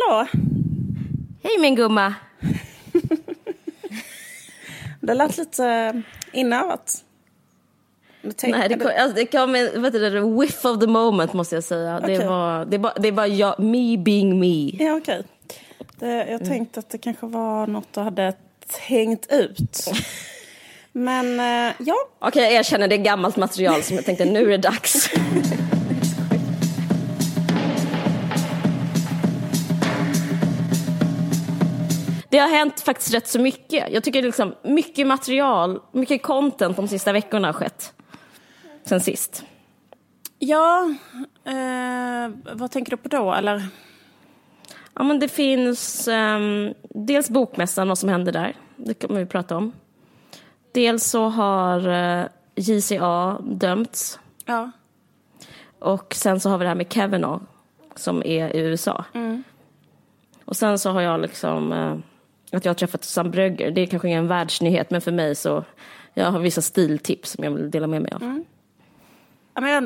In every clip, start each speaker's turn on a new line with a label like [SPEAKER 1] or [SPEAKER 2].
[SPEAKER 1] hallå.
[SPEAKER 2] Hej min gumma.
[SPEAKER 1] Det lät lite inövat.
[SPEAKER 2] Nej, det kom en whiff of the moment måste jag säga. Okay. Det var jag, me being me.
[SPEAKER 1] Ja, okej. Jag tänkte att det kanske var något du hade tänkt ut. Men ja.
[SPEAKER 2] Okej, jag erkänner det är gammalt material som jag tänkte nu är det dags. Det har hänt faktiskt rätt så mycket. Jag tycker liksom mycket material, mycket content de sista veckorna har skett. Sen sist.
[SPEAKER 1] Ja, vad tänker du på då, eller?
[SPEAKER 2] Ja, men det finns dels bokmässan, vad som händer där. Det kommer vi prata om. Dels så har JCA dömts.
[SPEAKER 1] Ja.
[SPEAKER 2] Och sen så har vi det här med Kavanaugh som är i USA.
[SPEAKER 1] Mm.
[SPEAKER 2] Och sen så har jag liksom att jag har träffat Susanne Brögger. Det är kanske ingen världsnyhet, men för mig så jag har vissa stiltips som jag vill dela med mig av.
[SPEAKER 1] Mm. Ja, men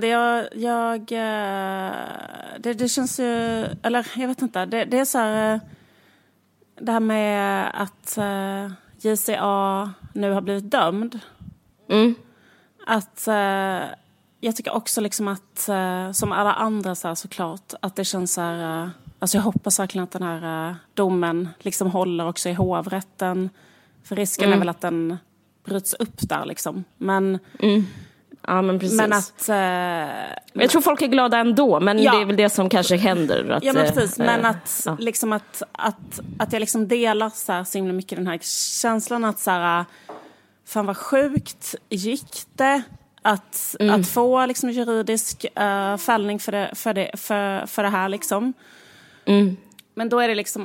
[SPEAKER 1] det känns ju, eller jag vet inte, det är så här, det här med att JCA nu har blivit dömd.
[SPEAKER 2] Mm.
[SPEAKER 1] Att jag tycker också liksom att som alla andra så här, såklart att det känns så här, alltså jag hoppas verkligen att den här domen liksom håller också i hovrätten, för risken är väl att den bryts upp där liksom, men
[SPEAKER 2] ja, men precis.
[SPEAKER 1] Men att
[SPEAKER 2] jag tror folk är glada ändå, men
[SPEAKER 1] ja.
[SPEAKER 2] Det är väl det som kanske händer att,
[SPEAKER 1] ja, men precis, men att liksom att jag liksom delar så här så himla mycket den här känslan att så här, fan vad sjukt gick det att få liksom juridisk fällning för det här liksom. Men då är det liksom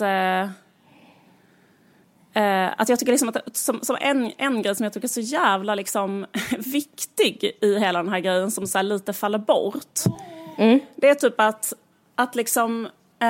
[SPEAKER 1] att jag tycker liksom att som en grej som jag tycker är så jävla liksom viktig i hela den här grejen som så här lite faller bort. Det är typ att liksom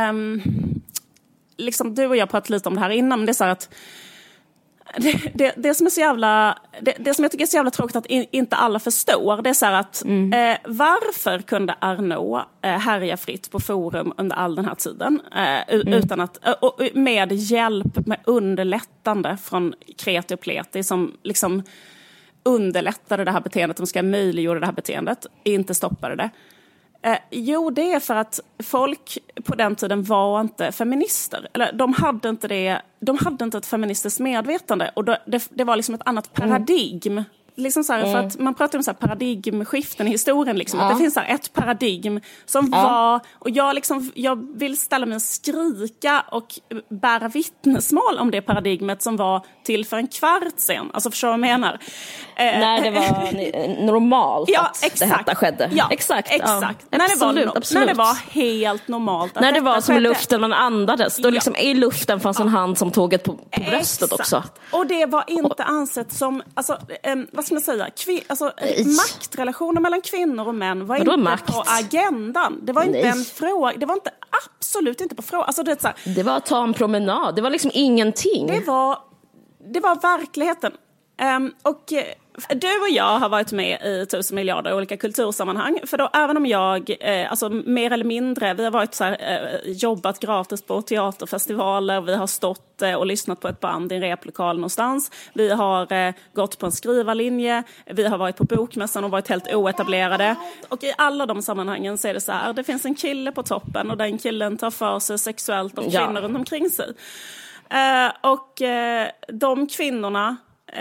[SPEAKER 1] liksom du och jag pratade lite om det här innan, men det är så här att det som är så jävla det som jag tycker är så jävla tråkigt att inte alla förstår, det är så här att varför kunde Arnaud härja fritt på forum under all den här tiden utan att och med hjälp, med underlättande från Kreti och Pleti som liksom underlättade det här beteendet, de ska möjliggöra det här beteendet, inte stoppade det. Jo, det är för att folk på den tiden var inte feminister. Eller de hade inte ett feministiskt medvetande. Och det var liksom ett annat paradigm. Liksom så här, för att man pratar om så här paradigmskiften i historien. Liksom, att det finns så här ett paradigm som var... Och jag vill ställa mig och skrika och bära vittnesmål om det paradigmet som var till för en kvart sen. Alltså förstår vad jag menar?
[SPEAKER 2] När det var normalt att det här skedde.
[SPEAKER 1] Ja,
[SPEAKER 2] exakt.
[SPEAKER 1] När det var helt normalt.
[SPEAKER 2] När det var som luften man andades. Då liksom i luften fanns en hand som tog ett på bröstet också.
[SPEAKER 1] Och det var inte ansett som... Alltså, vad ska man säga? Maktrelationer mellan kvinnor och män var inte på agendan. Det var inte en fråga. Det var inte, absolut inte på fråga. Alltså,
[SPEAKER 2] det var att ta en promenad. Det var liksom ingenting.
[SPEAKER 1] Det var verkligheten. Och du och jag har varit med i 1000 miljarder olika kultursammanhang. För då, även om jag, alltså mer eller mindre, vi har varit så här, jobbat gratis på teaterfestivaler, vi har stått och lyssnat på ett band i en replokal någonstans. Vi har gått på en skrivarlinje, vi har varit på bokmässan och varit helt oetablerade. Och i alla de sammanhangen så är det så här, det finns en kille på toppen och den killen tar för sig sexuellt av kvinnor runt omkring sig. Och de kvinnorna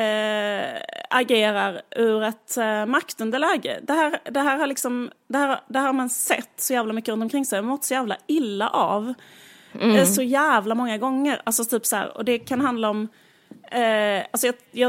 [SPEAKER 1] agerar ur ett maktunderläge. Det här har man sett så jävla mycket runt omkring sig. Jag har mått så jävla illa av så jävla många gånger. Alltså typ så här, och det kan handla om alltså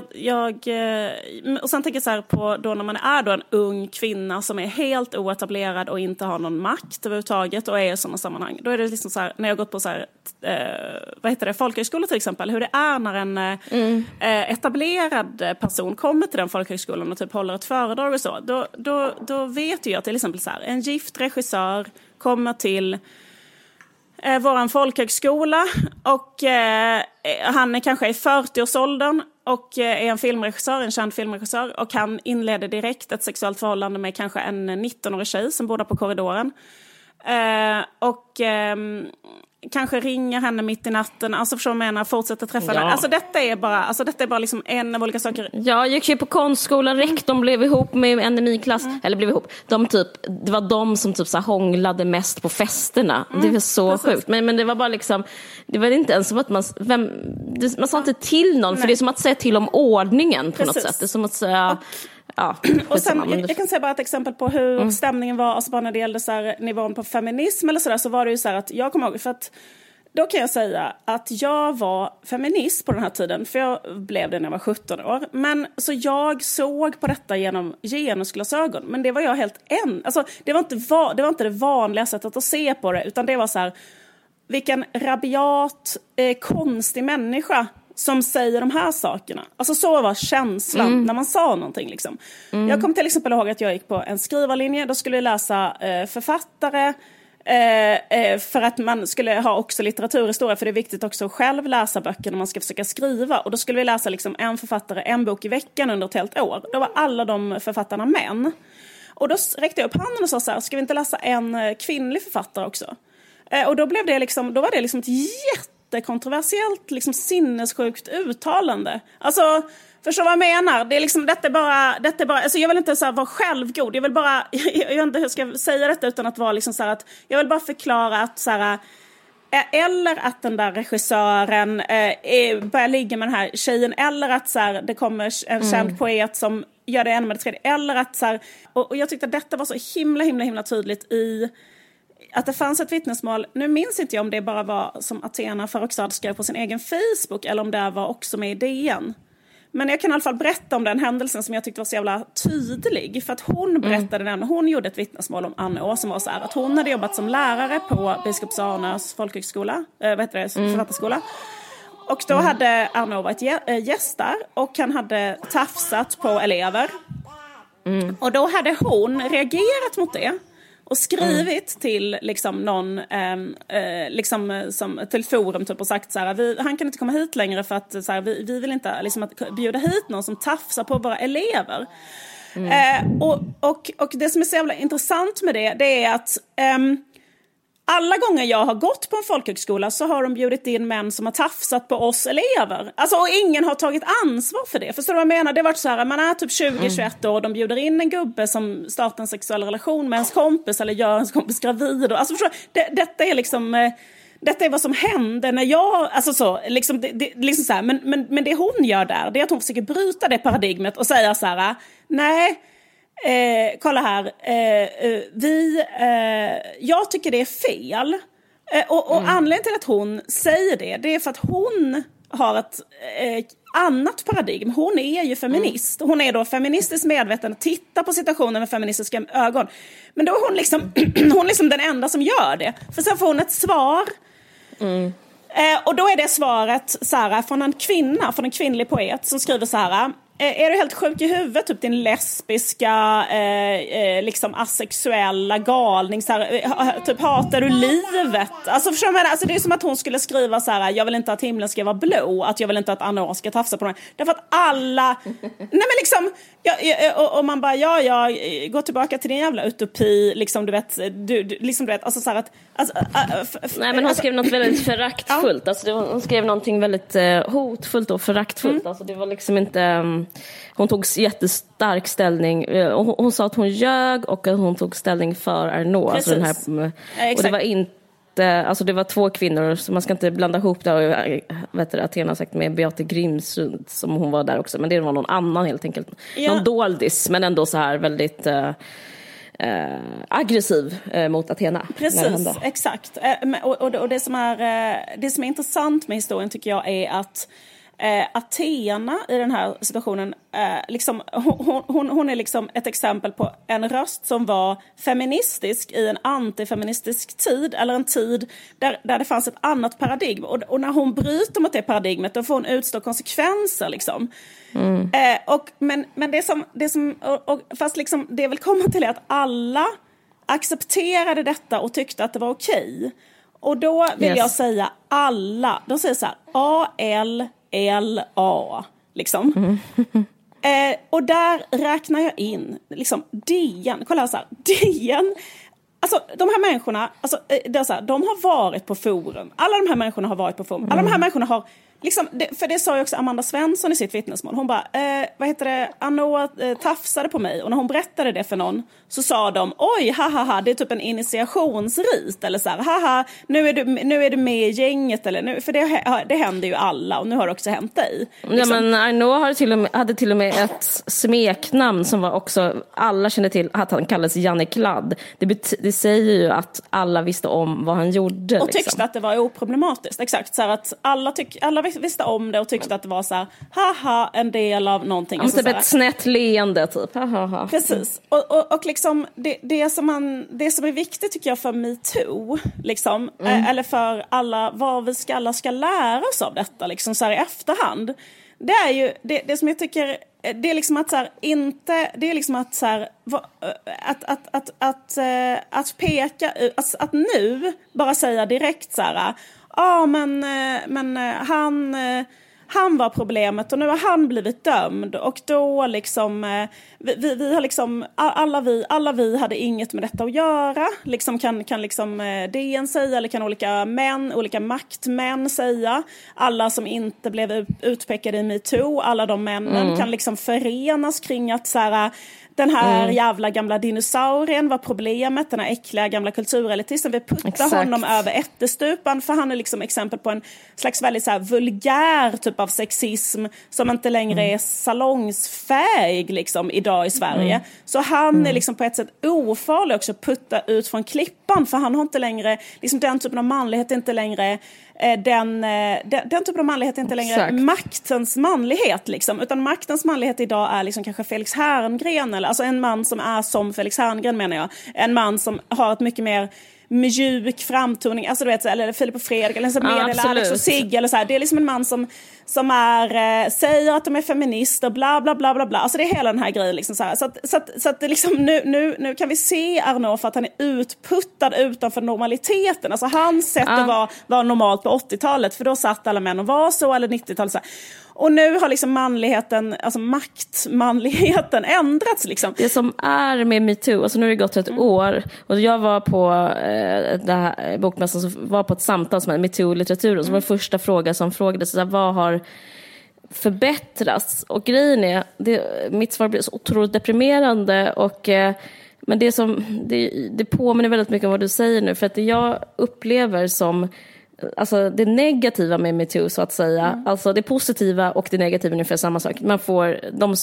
[SPEAKER 1] och sen tänker jag så här på då när man är då en ung kvinna som är helt oetablerad och inte har någon makt överhuvudtaget och är i sådana sammanhang. Då är det liksom så här, när jag har gått på så här vad heter det, folkhögskola till exempel, hur det är när en etablerad person kommer till den folkhögskolan och typ håller ett föredrag och så. Då vet jag till exempel så här, en gift regissör kommer till våran folkhögskola och han är kanske i 40-årsåldern och är en filmregissör, en känd filmregissör, och han inleder direkt ett sexuellt förhållande med kanske en 19-årig tjej som bor där på korridoren. Och kanske ringer henne mitt i natten. Alltså förstår man menar, fortsätter träffa henne. Alltså detta är bara liksom en av olika saker.
[SPEAKER 2] Jag gick ju på konstskolan, rektorn blev ihop med en i min klass. Eller blev ihop. Det var de som typ så här hånglade mest på festerna. Det var så sjukt. Men det var bara liksom, det var inte ens som att man sa inte till någon. För det är som att säga till om ordningen på något sätt. Det är som att säga...
[SPEAKER 1] Och sen, jag kan säga bara ett exempel på hur stämningen var, alltså bara när det gällde så här, nivån på feminism eller sådär, så var det ju så här att jag kommer ihåg, för att då kan jag säga att jag var feminist på den här tiden, för jag blev det när jag var 17 år. Men så jag såg på detta genom genusglasögon, men det var jag helt alltså det var inte det vanliga sättet att se på det, utan det var så här, vilken rabiat, konstig människa som säger de här sakerna. Alltså så var känslan när man sa någonting liksom. Jag kom till exempel ihåg att jag gick på en skrivarlinje. Då skulle vi läsa författare för att man skulle ha också litteraturhistoria, för det är viktigt också att själv läsa böcker när man ska försöka skriva. Och då skulle vi läsa liksom en författare, en bok i veckan under ett helt år. Då var alla de författarna män. Och då räckte jag upp handen och sa så här, ska vi inte läsa en kvinnlig författare också? Och då blev det liksom, då var det liksom ett jättekontroversiellt, liksom sinnessjukt uttalande. Alltså, förstår vad jag menar? Det är liksom, detta är bara, alltså jag vill inte så här vara självgod. Jag vill bara, jag vet inte hur jag ska säga detta utan att vara liksom så här att, jag vill bara förklara att så här, eller att den där regissören börjar ligga med den här tjejen, eller att så här, det kommer en känd poet som gör det ena med det tredje, eller att så här, och jag tyckte att detta var så himla tydligt i att det fanns ett vittnesmål. Nu minns inte jag om det bara var som Athena Farrokhzad skrev på sin egen Facebook, eller om det var också med i DN. Men jag kan i alla fall berätta om den händelsen som jag tyckte var så jävla tydlig. För att hon berättade den, hon gjorde ett vittnesmål om Anna som var så här, att hon hade jobbat som lärare på Biskops Arnös folkhögskola, författarskola. Och då hade Arnaud varit gäst där, och han hade tafsat på elever. Och då hade hon reagerat mot det och skrivit till liksom någon liksom som till forum typ, och sagt så här, han kan inte komma hit längre för att så här, vi vill inte liksom att bjuda hit någon som tafsar på våra elever. Och det som är så jävla intressant med det är att alla gånger jag har gått på en folkhögskola så har de bjudit in män som har tafsat på oss elever. Alltså, och ingen har tagit ansvar för det. Förstår du vad jag menar? Det har varit så här, man är typ 20-21 år och de bjuder in en gubbe som startar en sexuell relation med ens kompis eller gör ens kompis gravid. Alltså, förstår du? Detta är liksom... Detta är vad som hände när jag... Alltså så, liksom, liksom så här, men det hon gör där, det är att hon försöker bryta det paradigmet och säga så här, nej... kolla här, jag tycker det är fel, och anledningen till att hon säger det är för att hon har ett annat paradigm. Hon är ju feminist. Hon är då feministiskt medveten, tittar på situationen med feministiska ögon. Men då är hon liksom den enda som gör det. För sen får hon ett svar. Och då är det svaret så här, från en kvinnlig poet som skriver så här: är du helt sjuk i huvudet, typ din lesbiska liksom asexuella galning så här, typ hatar du livet? Alltså förstår man, alltså det är som att hon skulle skriva så här: jag vill inte att himlen ska vara blå, att jag vill inte att Anna ska tafsa på mig. Därför att alla nej men liksom och man bara jag går tillbaka till din jävla utopi, liksom du vet liksom du vet, alltså så här att alltså,
[SPEAKER 2] nej, men hon skrev något väldigt föraktfullt. Alltså hon skrev någonting väldigt hotfullt och föraktfullt. Alltså det var liksom inte hon tog jättestark ställning, och hon sa att hon ljög och att hon tog ställning för Arnaud. Alltså den här, och det var inte, alltså det var två kvinnor, så man ska inte blanda ihop det. Och vet du, Athena har sagt med Beate Grimsund som hon var där också, men det var någon annan helt enkelt. Någon doldis, men ändå så här väldigt aggressiv mot Athena.
[SPEAKER 1] Precis, exakt. Och det som är intressant med historien tycker jag är att Athena i den här situationen liksom, hon är liksom ett exempel på en röst som var feministisk i en antifeministisk tid, eller en tid där det fanns ett annat paradigm, och när hon bryter mot det paradigmet då får hon utstå konsekvenser liksom. Men det som fast liksom det vill komma till är att alla accepterade detta och tyckte att det var okej. Och då vill jag säga alla, de säger så här ALLA liksom. Och där räknar jag in liksom DN. Kolla så här, DN Alltså de här människorna, alltså, det är så här, de har varit på forum. Alla de här människorna har varit på forum. Alla de här människorna har liksom, för det sa ju också Amanda Svensson i sitt vittnesmål. Hon bara, Anoa tafsade på mig. Och när hon berättade det för någon så sa de, oj, haha, det är typ en initiationsrit. Eller så här, haha, nu är du med i gänget. Eller nu, för det händer ju alla och nu har det också hänt dig. Liksom.
[SPEAKER 2] Ja, men Anoa hade till och med ett smeknamn som var också, alla kände till att han kallades Janne Kladd. Det säger ju att alla visste om vad han gjorde.
[SPEAKER 1] Och tyckte att det var oproblematiskt, exakt. Så här att alla visste om det och tyckte att det var så här, haha, en del av någonting.
[SPEAKER 2] Alltså, typ ett snett leende, typ. Haha.
[SPEAKER 1] Precis. Och liksom, det som är viktigt tycker jag för MeToo, liksom, eller för alla, vad vi alla ska lära oss av detta, liksom så här i efterhand. Det är ju, det som jag tycker, det är liksom att så här, inte, det är liksom att så här, att peka, att nu bara säga direkt så här, men han var problemet och nu har han blivit dömd och då liksom vi har liksom alla vi hade inget med detta att göra, liksom kan liksom DN säga, eller kan olika maktmän säga, alla som inte blev utpekade i MeToo, alla de männen kan liksom förenas kring att så här, den här jävla gamla dinosaurien var problemet, den här äckliga gamla kulturelitisten. Vi puttar honom över ättestupan för han är liksom exempel på en slags väldigt så här vulgär typ av sexism som inte längre är salongsfähig liksom idag i Sverige. Så han är liksom på ett sätt ofarlig också att putta ut från klippan, för han har inte längre liksom den typen av manlighet, inte längre den typen av manlighet är inte längre maktens manlighet liksom, utan maktens manlighet idag är liksom kanske Felix Herngren, eller alltså en man som är som Felix Herngren, menar jag, en man som har ett mycket mer mjuk framtoning, alltså du vet, eller Filip och Fredrik eller så med, eller Alex och Sigge eller så här. Det är liksom en man som säger att de är feminister, bla bla bla bla bla. Alltså det är hela den här grejen liksom så här. Så att det liksom nu kan vi se Arnaud för att han är utputtad utanför normaliteten. Alltså hans sätt att vara normalt på 80-talet, för då satt alla män och var så, eller 90-talet så här. Och nu har liksom manligheten, alltså maktmanligheten ändrats liksom.
[SPEAKER 2] Det som är med MeToo, alltså nu har det gått ett år, och jag var på det här bokmässan, så var på ett samtal som MeToo-litteraturen, så var det första fråga som frågades, så här, vad har förbättrats? Och grejen är, mitt svar blir så otroligt deprimerande, och men det påminner väldigt mycket om vad du säger nu, för att det jag upplever som, alltså det negativa med MeToo så att säga, alltså det positiva och det negativa är ungefär samma sak. Man får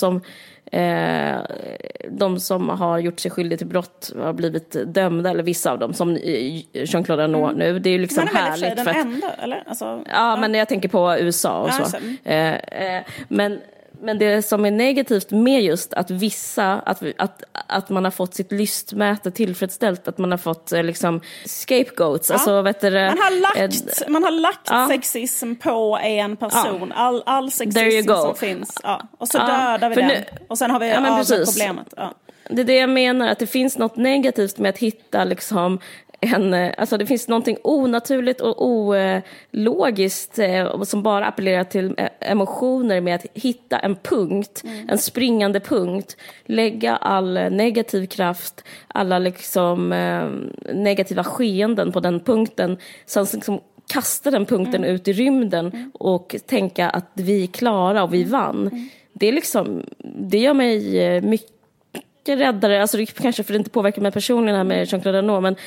[SPEAKER 2] de som har gjort sig skyldiga till brott har blivit dömda, eller vissa av dem, som Jean-Claude Arnaud nu. Det är ju liksom härligt.
[SPEAKER 1] Den enda, eller? Alltså,
[SPEAKER 2] men jag tänker på USA och så. Men det som är negativt med just att att man har fått sitt lystmäte tillfredsställt, att man har fått liksom scapegoats, alltså
[SPEAKER 1] man har lagt sexism på en person, all sexism som finns, och så dödar vi den och sen har vi problemet.
[SPEAKER 2] Det är det jag menar, att det finns något negativt med att hitta liksom alltså det finns någonting onaturligt och ologiskt som bara appellerar till emotioner, med att hitta en punkt, en springande punkt, lägga all negativ kraft, alla liksom negativa skeenden på den punkten, sen liksom kasta den punkten ut i rymden och tänka att vi är klara och vi vann. Det är liksom, det gör mig mycket räddare, alltså det kanske för det inte påverkar mig personligen här med Jean-Claude Arnaud, men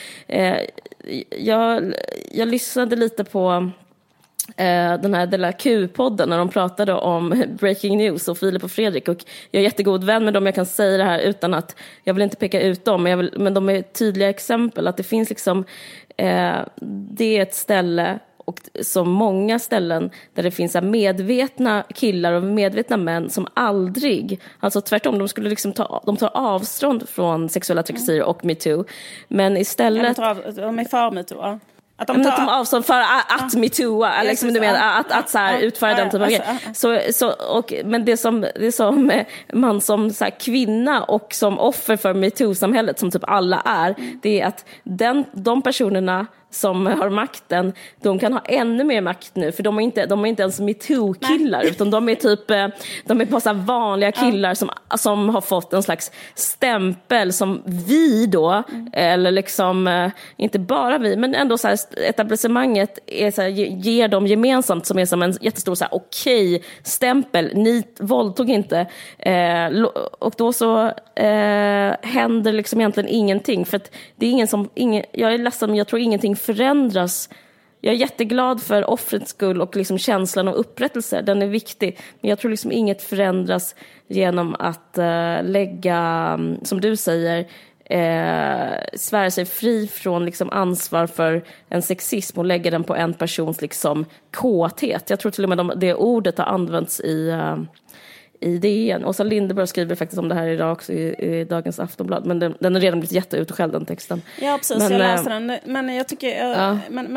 [SPEAKER 2] jag lyssnade lite på den här Della Q-podden när de pratade om breaking news och Filip och Fredrik, och jag är jättegod vän med dem, jag kan säga det här utan att, jag vill inte peka ut dem, men de är tydliga exempel, att det finns liksom det är ett ställe, och som många ställen där det finns medvetna killar och medvetna män som aldrig, alltså tvärtom, de skulle liksom de tar avstånd från sexuella trakasserier och MeToo, men istället
[SPEAKER 1] de är för MeToo, att
[SPEAKER 2] de tar avstånd för att MeToo, liksom, du menar, att så här, utföra den typen av grejer. Men det som man som så här, kvinna och som offer för MeToo-samhället, som typ alla är, det är att de personerna som har makten, de kan ha ännu mer makt nu, för de är inte ens MeToo-killar, utan de är typ de är bara så här vanliga killar som har fått en slags stämpel som vi då, eller liksom inte bara vi, men ändå så här, etablissemanget är så här, ger dem gemensamt, som är som en jättestor så här okej stämpel, ni våldtog inte, och då så händer liksom egentligen ingenting, för att det är jag är ledsen, men jag tror ingenting förändras. Jag är jätteglad för offrets skull och liksom känslan av upprättelse, den är viktig, men jag tror liksom inget förändras genom att lägga, som du säger, svära sig fri från liksom ansvar för en sexism och lägga den på en persons liksom kåthet. Jag tror till och med det ordet har använts i DN. Åsa Linderborg skriver faktiskt om det här idag också i dagens Aftonblad, men den har redan blivit jätteutskälld, den texten.
[SPEAKER 1] Ja, precis,
[SPEAKER 2] men,
[SPEAKER 1] jag läste den, men jag tycker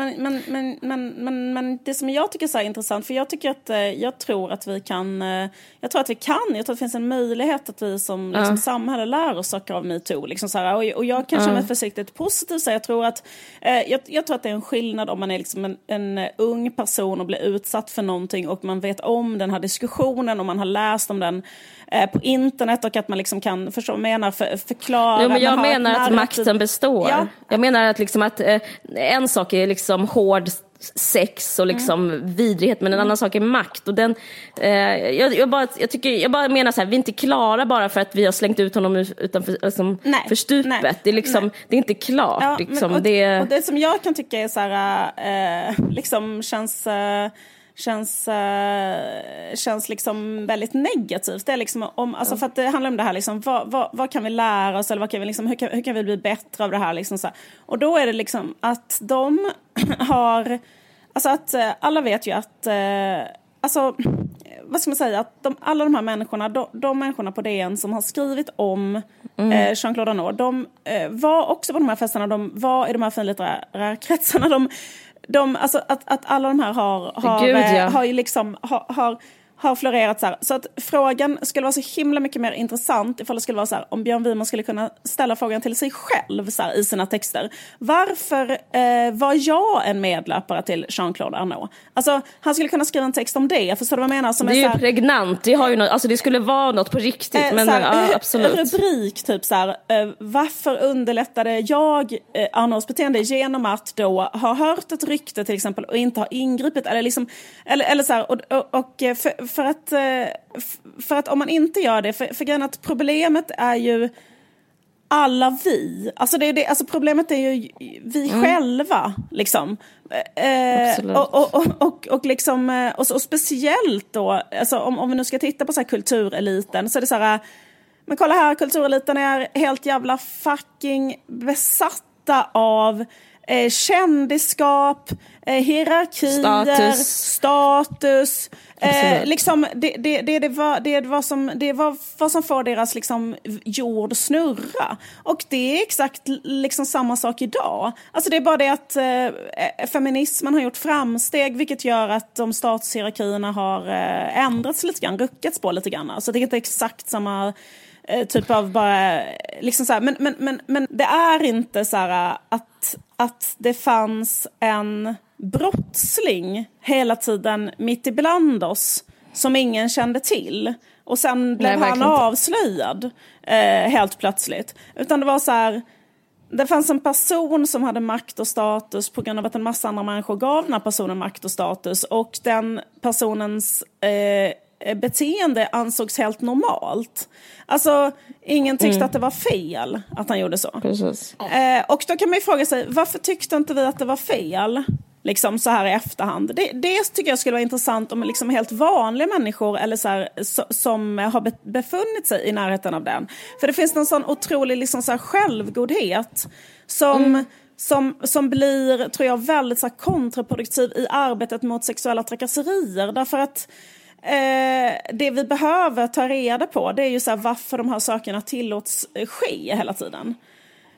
[SPEAKER 1] men det som jag tycker är så intressant, för jag tycker att jag tror att det finns en möjlighet att vi som liksom samhälle lär oss saker av MeToo liksom så här, och jag kanske med försiktigt positivt så jag tror att jag tror att det är en skillnad om man är liksom en ung person och blir utsatt för någonting och man vet om den här diskussionen och man har läst om den på internet och att man liksom kan förklara.
[SPEAKER 2] Jo, men jag menar att makten består. Ja. Jag menar att liksom att en sak är liksom hård sex och liksom vidrighet, men en annan sak är makt, och den jag bara menar så här, vi är inte klara bara för att vi har slängt ut honom utanför liksom, för stupet. Nej. Det är liksom det är inte klart, ja, liksom, och
[SPEAKER 1] det som jag kan tycka är så här liksom känns liksom väldigt negativt. Det är liksom alltså för att det handlar om det här liksom, vad kan vi lära oss, eller vad kan vi liksom, hur kan vi bli bättre av det här liksom så här. Och då är det liksom att de har, alltså att alla vet ju att alltså vad ska man säga, att alla de här människorna, de människorna på DN som har skrivit om Jean-Claude Arnault, de var också på de här festerna, de var i de här finlitterära kretsarna, alltså att alla de här har ju liksom har florerat så här. Så att frågan skulle vara så himla mycket mer intressant ifall det skulle vara så här, om Björn Wiman skulle kunna ställa frågan till sig själv så här, i sina texter. Varför var jag en medlöpare till Jean-Claude Arnault? Alltså, han skulle kunna skriva en text om det. Förstår du vad jag menar? Som
[SPEAKER 2] det är ju
[SPEAKER 1] så här,
[SPEAKER 2] pregnant. Det har ju något, alltså det skulle vara något på riktigt. Men absolut.
[SPEAKER 1] Rubrik typ så här, varför underlättade jag Arnaults beteende genom att då ha hört ett rykte till exempel och inte ha ingripit, eller liksom, eller så här, och för att om man inte gör det, för grejen att problemet är ju alla vi, alltså alltså problemet är ju vi själva liksom, och liksom och speciellt då, alltså om vi nu ska titta på så här kultureliten, så är det så här, men kolla här, kultureliten är helt jävla fucking besatta av kändisskap, hierarkier, status liksom det var vad som får deras liksom jord snurra, och det är exakt liksom samma sak idag. Alltså det är bara det att feminismen har gjort framsteg, vilket gör att de statshierarkierna har ändrats lite grann, ruckats på lite grann. Alltså det är inte exakt samma typ av bara liksom så här, men det är inte så här att det fanns en brottsling hela tiden mitt ibland oss som ingen kände till, och sen blev han avslöjad helt plötsligt, utan det var så här, det fanns en person som hade makt och status på grund av att en massa andra människor gav den här personen makt och status, och den personens beteende ansågs helt normalt. Alltså ingen tyckte att det var fel att han gjorde så.
[SPEAKER 2] Precis.
[SPEAKER 1] Och då kan man ju fråga sig, varför tyckte inte vi att det var fel liksom så här i efterhand? Det tycker jag skulle vara intressant om liksom helt vanliga människor eller så här, som har befunnit sig i närheten av den. För det finns någon sån otrolig liksom så här självgodhet som blir, tror jag, väldigt så här kontraproduktiv i arbetet mot sexuella trakasserier, därför att det vi behöver ta reda på, det är ju så här, varför de här sakerna tillåts ske hela tiden.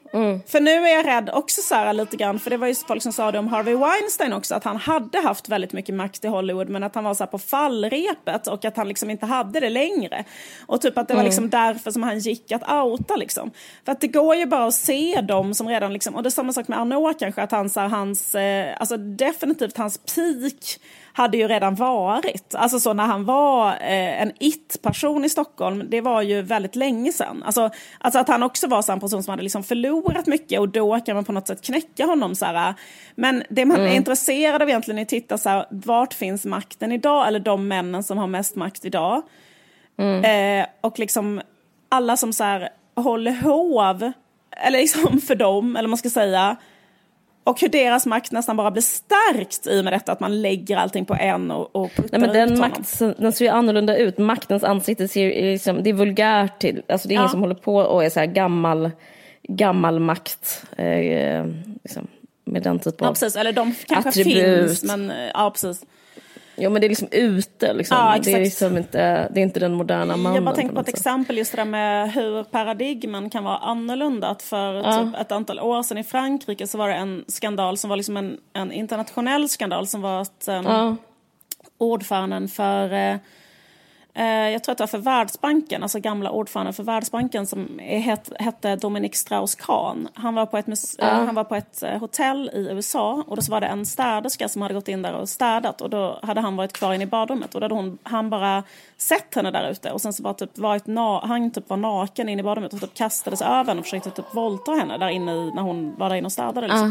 [SPEAKER 1] För nu är jag rädd också så här lite grann, för det var ju folk som sa det om Harvey Weinstein också, att han hade haft väldigt mycket makt i Hollywood, men att han var så här på fallrepet och att han liksom inte hade det längre. Och typ att det var liksom därför som han gick att outa liksom. För att det går ju bara att se dem som redan liksom, och det är samma sak med Arnault kanske, att alltså definitivt hans peak hade ju redan varit. Alltså så när han var en it-person i Stockholm, det var ju väldigt länge sedan. Alltså att han också var så en person som hade liksom förlorat mycket, och då kan man på något sätt knäcka honom så här. Men det man är intresserad av egentligen är att titta så här, vart finns makten idag, eller de männen som har mest makt idag. Och liksom alla som så här håller hov, eller liksom för dem, eller man ska säga. Och hur deras makt nästan bara blir stärkt i med detta, att man lägger allting på en och puttar.
[SPEAKER 2] Nej, men
[SPEAKER 1] ut
[SPEAKER 2] den ser ju annorlunda ut. Maktens ansikte ser liksom, det är vulgärt till. Alltså det är ingen som håller på och är så här gammal makt. Liksom, med den typen av
[SPEAKER 1] precis. Eller de kanske
[SPEAKER 2] attribut.
[SPEAKER 1] Finns, men ja, precis.
[SPEAKER 2] Ja, men det är liksom ute liksom.
[SPEAKER 1] Ja,
[SPEAKER 2] det är liksom inte, det är inte den moderna mannen.
[SPEAKER 1] Jag bara tänkte på ett exempel just det där med hur paradigmen kan vara annorlunda. Att för typ ett antal år sedan i Frankrike så var det en skandal som var liksom en internationell skandal, som var att ordföranden för jag tror att det var för Världsbanken, alltså gamla ordföranden för Världsbanken, som hette Dominique Strauss-Kahn. Han var på ett hotell i USA, och då så var det en städerska som hade gått in där och städat, och då hade han varit kvar inne i badrummet, och då hade han bara sett henne där ute, och sen så bara typ han typ var naken inne i badrummet och typ kastades över henne och försökte typ våldta henne där inne när hon var där inne och städade liksom.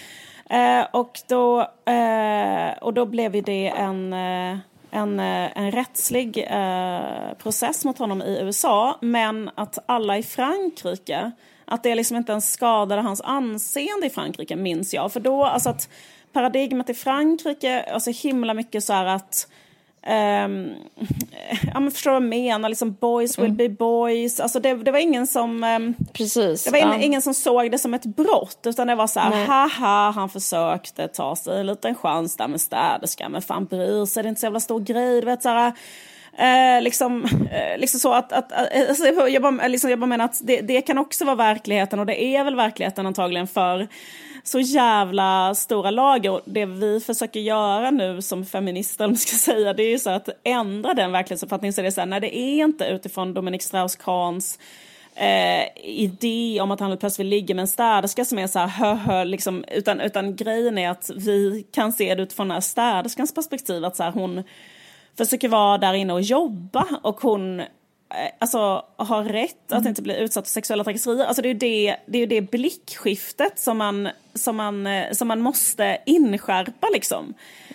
[SPEAKER 1] Och då blev ju det en rättslig process mot honom i USA, men att alla i Frankrike, att det liksom inte ens skadade hans anseende i Frankrike, minns jag. För då, alltså att paradigmet i Frankrike, alltså himla mycket så här att ja, men förstår vad jag menar, liksom boys will be boys, alltså det var ingen som
[SPEAKER 2] precis,
[SPEAKER 1] det var ingen som såg det som ett brott, utan det var så här, haha, han försökte ta sig en liten chans där med städerska, men fan bryr sig, det är inte så jävla stor grej, du vet så här. Liksom så att alltså, jag bara menar att det kan också vara verkligheten, och det är väl verkligheten antagligen för så jävla stora lager. Och det vi försöker göra nu som feminister, om ska säga, det är ju så att ändra den verklighetsuppfattningen, så det är så här, nej, det är inte utifrån Dominique Strauss-Kahns idé om att han plötsligt ligger med en städerska som är så här liksom, utan grejen är att vi kan se det utifrån den här städerskans perspektiv, att så här, hon försöker vara där inne och jobba, och hon alltså har rätt att inte bli utsatt för sexuella trakasserier. Alltså det är ju det blickskiftet som man måste inskärpa liksom.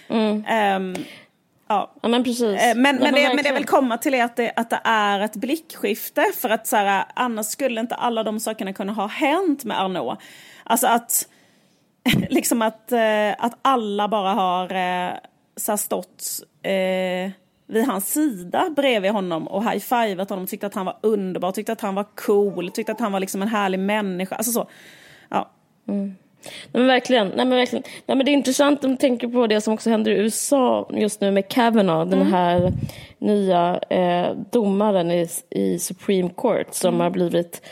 [SPEAKER 2] Ja, men precis.
[SPEAKER 1] Men det vill komma till att det är ett blickskifte, för att så här, annars skulle inte alla de sakerna kunna ha hänt med Arnault. Alltså att liksom att alla bara har så här stått vid hans sida bredvid honom och high-fivat honom, tyckte att han var underbar, tyckte att han var cool, tyckte att han var liksom en härlig människa, alltså så. Ja.
[SPEAKER 2] Nej men verkligen. Nej men det är intressant om du tänker på det som också händer i USA just nu med Kavanaugh, den här nya domaren i Supreme Court som har blivit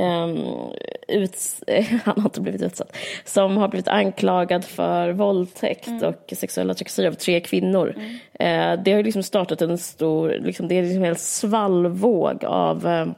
[SPEAKER 2] han har inte blivit utsatt, som har blivit anklagad för våldtäkt och sexuella trakasserier av 3 kvinnor. Det har liksom startat en stor liksom, det är liksom en hel svallvåg av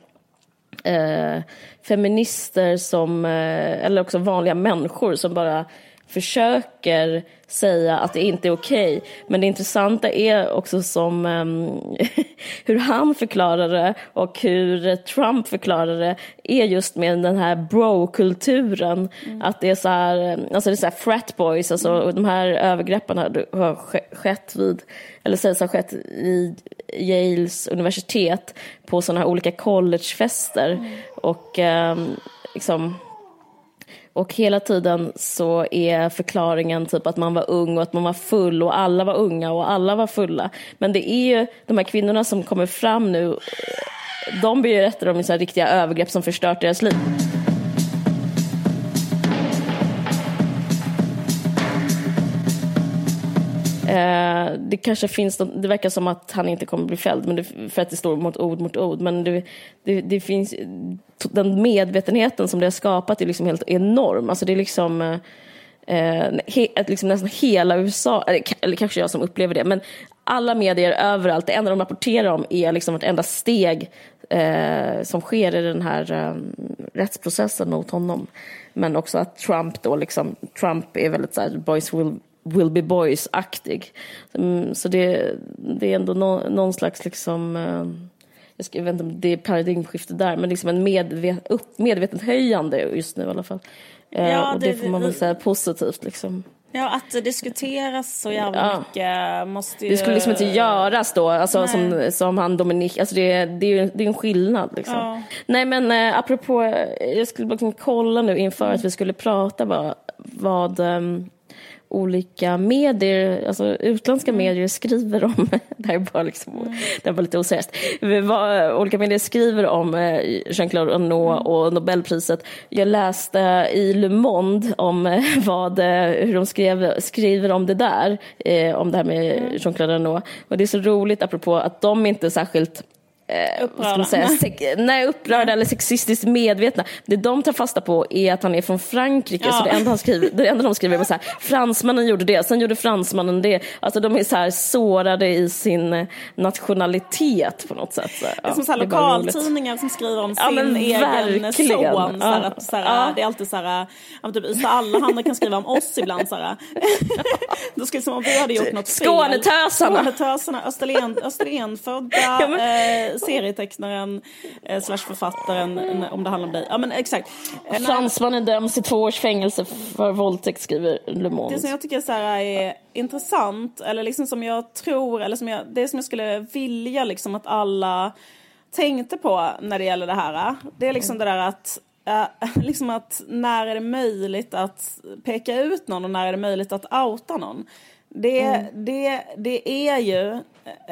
[SPEAKER 2] feminister som eller också vanliga människor som bara försöker säga att det inte är okej. Men det intressanta är också som hur han förklarar det och hur Trump förklarar det är just med den här bro-kulturen. Att det är så här, alltså det är så här frat boys, alltså de här övergreppen har skett vid, eller sägs ha skett i Yales universitet på sådana här olika collegefester och liksom. Och hela tiden så är förklaringen typ att man var ung och att man var full och alla var unga och alla var fulla. Men det är ju de här kvinnorna som kommer fram nu, de berättar om så här riktiga övergrepp som förstört deras liv. Det kanske finns, det verkar som att han inte kommer bli fälld, men för att det står mot ord, men det finns, den medvetenheten som det har skapat är liksom helt enorm. Alltså det är liksom, liksom nästan hela USA, eller kanske jag som upplever det, men alla medier överallt, det enda de rapporterar om är liksom ett enda steg som sker i den här rättsprocessen mot honom. Men också att Trump då liksom, Trump är väldigt så här, boys will be boys-aktig. Så det är ändå någon slags liksom, jag vet inte om det är paradigmskifte där, men liksom en medvetet höjande just nu i alla fall. Ja, och det får man väl säga positivt liksom.
[SPEAKER 1] Ja, att det diskuteras så jävla mycket måste ju...
[SPEAKER 2] Det skulle liksom inte göras då, alltså som han Dominic, alltså det är en skillnad liksom. Ja. Nej, men apropå, jag skulle bara kolla nu inför att vi skulle prata vad olika medier, alltså utländska medier skriver om, det är bara liksom, det är bara lite oseriöst, vad olika medier skriver om Jean-Claude Arnault och Nobelpriset. Jag läste i Le Monde om hur de skriver om det där, om det här med Jean-Claude Arnault, och det är så roligt apropå att de inte är särskilt upprörda eller sexistiskt medvetna. Det de tar fasta på är att han är från Frankrike, så det enda de skriver är så här: fransmannen gjorde det, sen gjorde fransmannen det. Alltså de är så här sårade i sin nationalitet på något sätt.
[SPEAKER 1] Det är som så här lokaltidningar som skriver om sin egen son. Det är alltid så här, typ Ystad Allehanda kan skriva om oss ibland så här. Då ska det som om vi hade gjort något fel. Skånetösarna, Österlenfödda serietecknaren / författaren, om det handlar om dig. Ja, men exakt.
[SPEAKER 2] Fransmannen döms till 2 års fängelse för våldtäkt, skriver Le Monde.
[SPEAKER 1] Det som jag tycker så här är intressant, eller liksom som jag tror, eller det som jag skulle vilja liksom att alla tänkte på när det gäller det här, det är liksom det där att liksom att när är det möjligt att peka ut någon och när är det möjligt att outa någon. Det är ju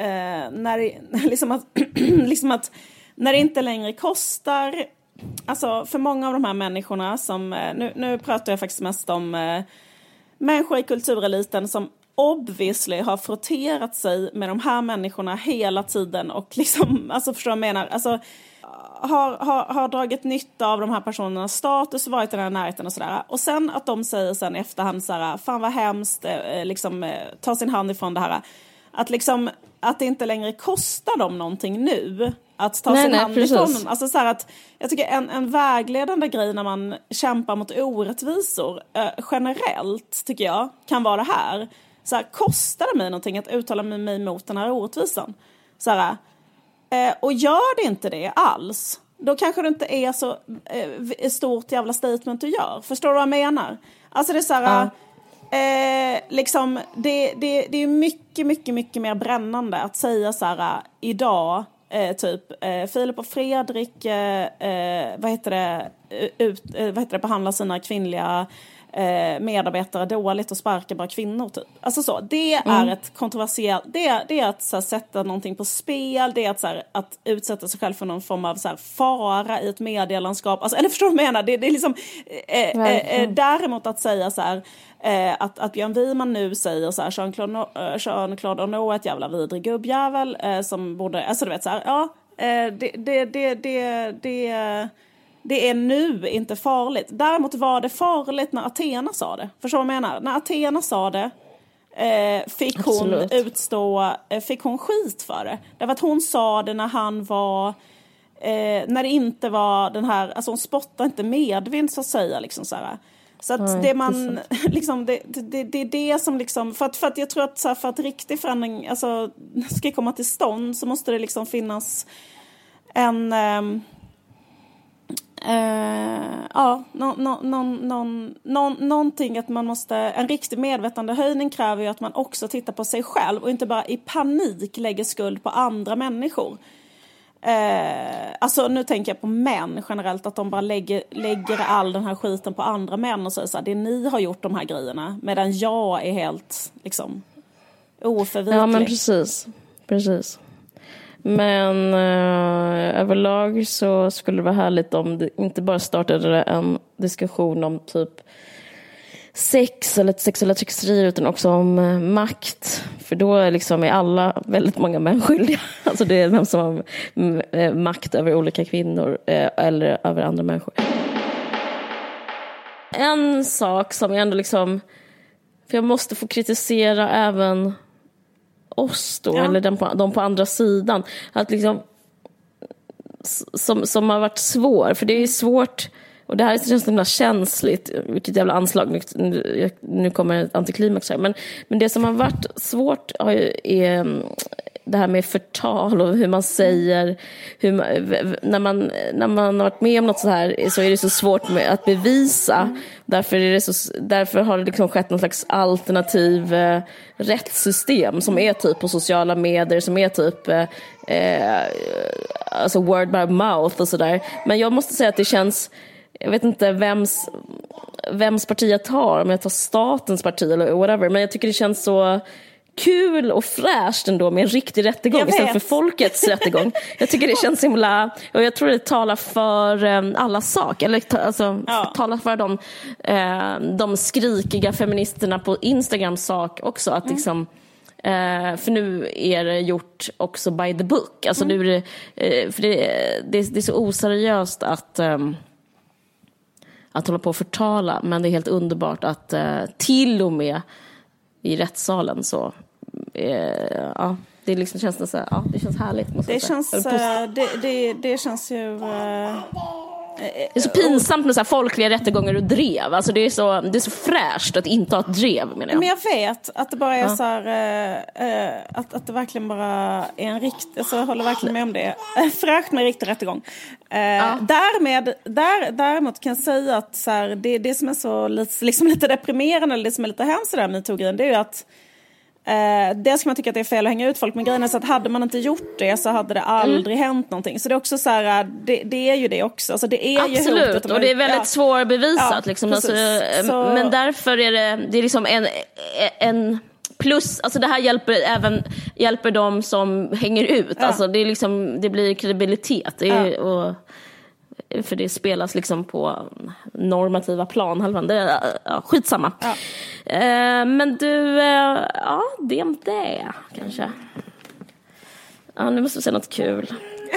[SPEAKER 1] när när det inte längre kostar, alltså för många av de här människorna som nu pratar jag faktiskt mest om människor i kultureliten som obviously har frotterat sig med de här människorna hela tiden och liksom, alltså förstår jag menar, alltså har dragit nytta av de här personernas status och varit i den här närheten och sådär. Och sen att de säger sen i efterhand såhär, fan vad hemskt, liksom ta sin hand ifrån det här. Att liksom, att det inte längre kostar dem någonting nu att ta sin hand ifrån dem. Alltså så här att, jag tycker en vägledande grej när man kämpar mot orättvisor generellt, tycker jag, kan vara det här. Så här, kostar det mig någonting att uttala mig mot den här orättvisan? Så här, och gör det inte det alls, då kanske det inte är så stort jävla statement du gör. Förstår du vad jag menar? Alltså det är så här, liksom, det är mycket mer brännande att säga så här idag, typ Filip och Fredrik behandlar sina kvinnliga medarbetare dåligt och sparkar bara kvinnor typ. Alltså så, det är ett kontroversiellt, det är att så här, sätta någonting på spel, det är att, så här, att utsätta sig själv för någon form av så här, fara i ett medielandskap, alltså, eller förstår du vad jag menar? Det är liksom däremot att säga så här, att Björn Wiman nu säger så här, Jean-Claude Arnault är ett jävla vidrig gubbjävel som borde, alltså du vet så här, ja, det är nu inte farligt. Däremot var det farligt när Athena sa det. Förstår du vad jag menar? När Athena sa det fick hon skit för det. Därför att hon sa det när han var när det inte var den här, alltså hon spottar inte medvind så att säga liksom så här. Så att det man liksom det är det som liksom för att jag tror att så här, för att riktig förändring alltså ska komma till stånd så måste det liksom finnas en någonting att man måste, en riktig medvetandehöjning kräver ju att man också tittar på sig själv och inte bara i panik lägger skuld på andra människor. Alltså nu tänker jag på män generellt, att de bara lägger all den här skiten på andra män och säger så här, det ni har gjort de här grejerna, medan jag är helt liksom oförvitlig.
[SPEAKER 2] Ja men precis. Men överlag så skulle det vara härligt om det inte bara startade en diskussion om typ sex eller sexuella trakasserier utan också om makt. För då är alla väldigt många män skyldiga. Alltså det är vem som har makt över olika kvinnor eller över andra människor. En sak som jag ändå för jag måste få kritisera även oss då, eller de på andra sidan. Att som har varit svår, för det är svårt. Och det här känns himla känsligt. Vilket jävla anslag. Nu kommer ett antiklimax här. Men det som har varit svårt är det här med förtal och hur man säger. När man har varit med om något så här så är det så svårt att bevisa. Därför har det skett någon slags alternativ rättssystem som är typ på sociala medier, som är typ alltså word by mouth och sådär. Men jag måste säga att det känns... Jag vet inte vems parti jag tar, om jag tar statens parti eller whatever, men jag tycker det känns så kul och fräscht ändå med en riktig rättegång istället för folkets rättegång. Jag tycker det känns himla, och jag tror det talar för alla sak, eller talar för de skrikiga feministerna på Instagram sak också, att för nu är det gjort också by the book. Alltså nu är det, för det är så oseriöst att hålla på och förtala, men det är helt underbart att till och med i rättssalen så det känns så det känns härligt, måste jag säga.
[SPEAKER 1] Det känns ju
[SPEAKER 2] det är så pinsamt med så här folkliga rättegångar och drev. Alltså det är så fräscht att inte ha ett drev, menar jag.
[SPEAKER 1] Men jag vet att det bara är så här att det verkligen bara är en alltså jag håller verkligen med om det. Fräscht med riktig rättegång. Däremot kan jag säga att så här, det som är så lite deprimerande, eller det som är lite hemskt där med MeToo-grejen, det är ju att det ska man tycka att det är fel att hänga ut folk, med grejen är så att hade man inte gjort det så hade det aldrig hänt någonting. Så det är också så här, det är ju det också. Alltså det är
[SPEAKER 2] absolut,
[SPEAKER 1] ju hotet,
[SPEAKER 2] och det är väldigt svårbevisat men därför är det är en plus, alltså det här hjälper de som hänger ut. Alltså det är det blir kredibilitet. Och för det spelas på normativa plan. Skitsamma. Men du, det om det kanske. Nu måste vi säga något kul.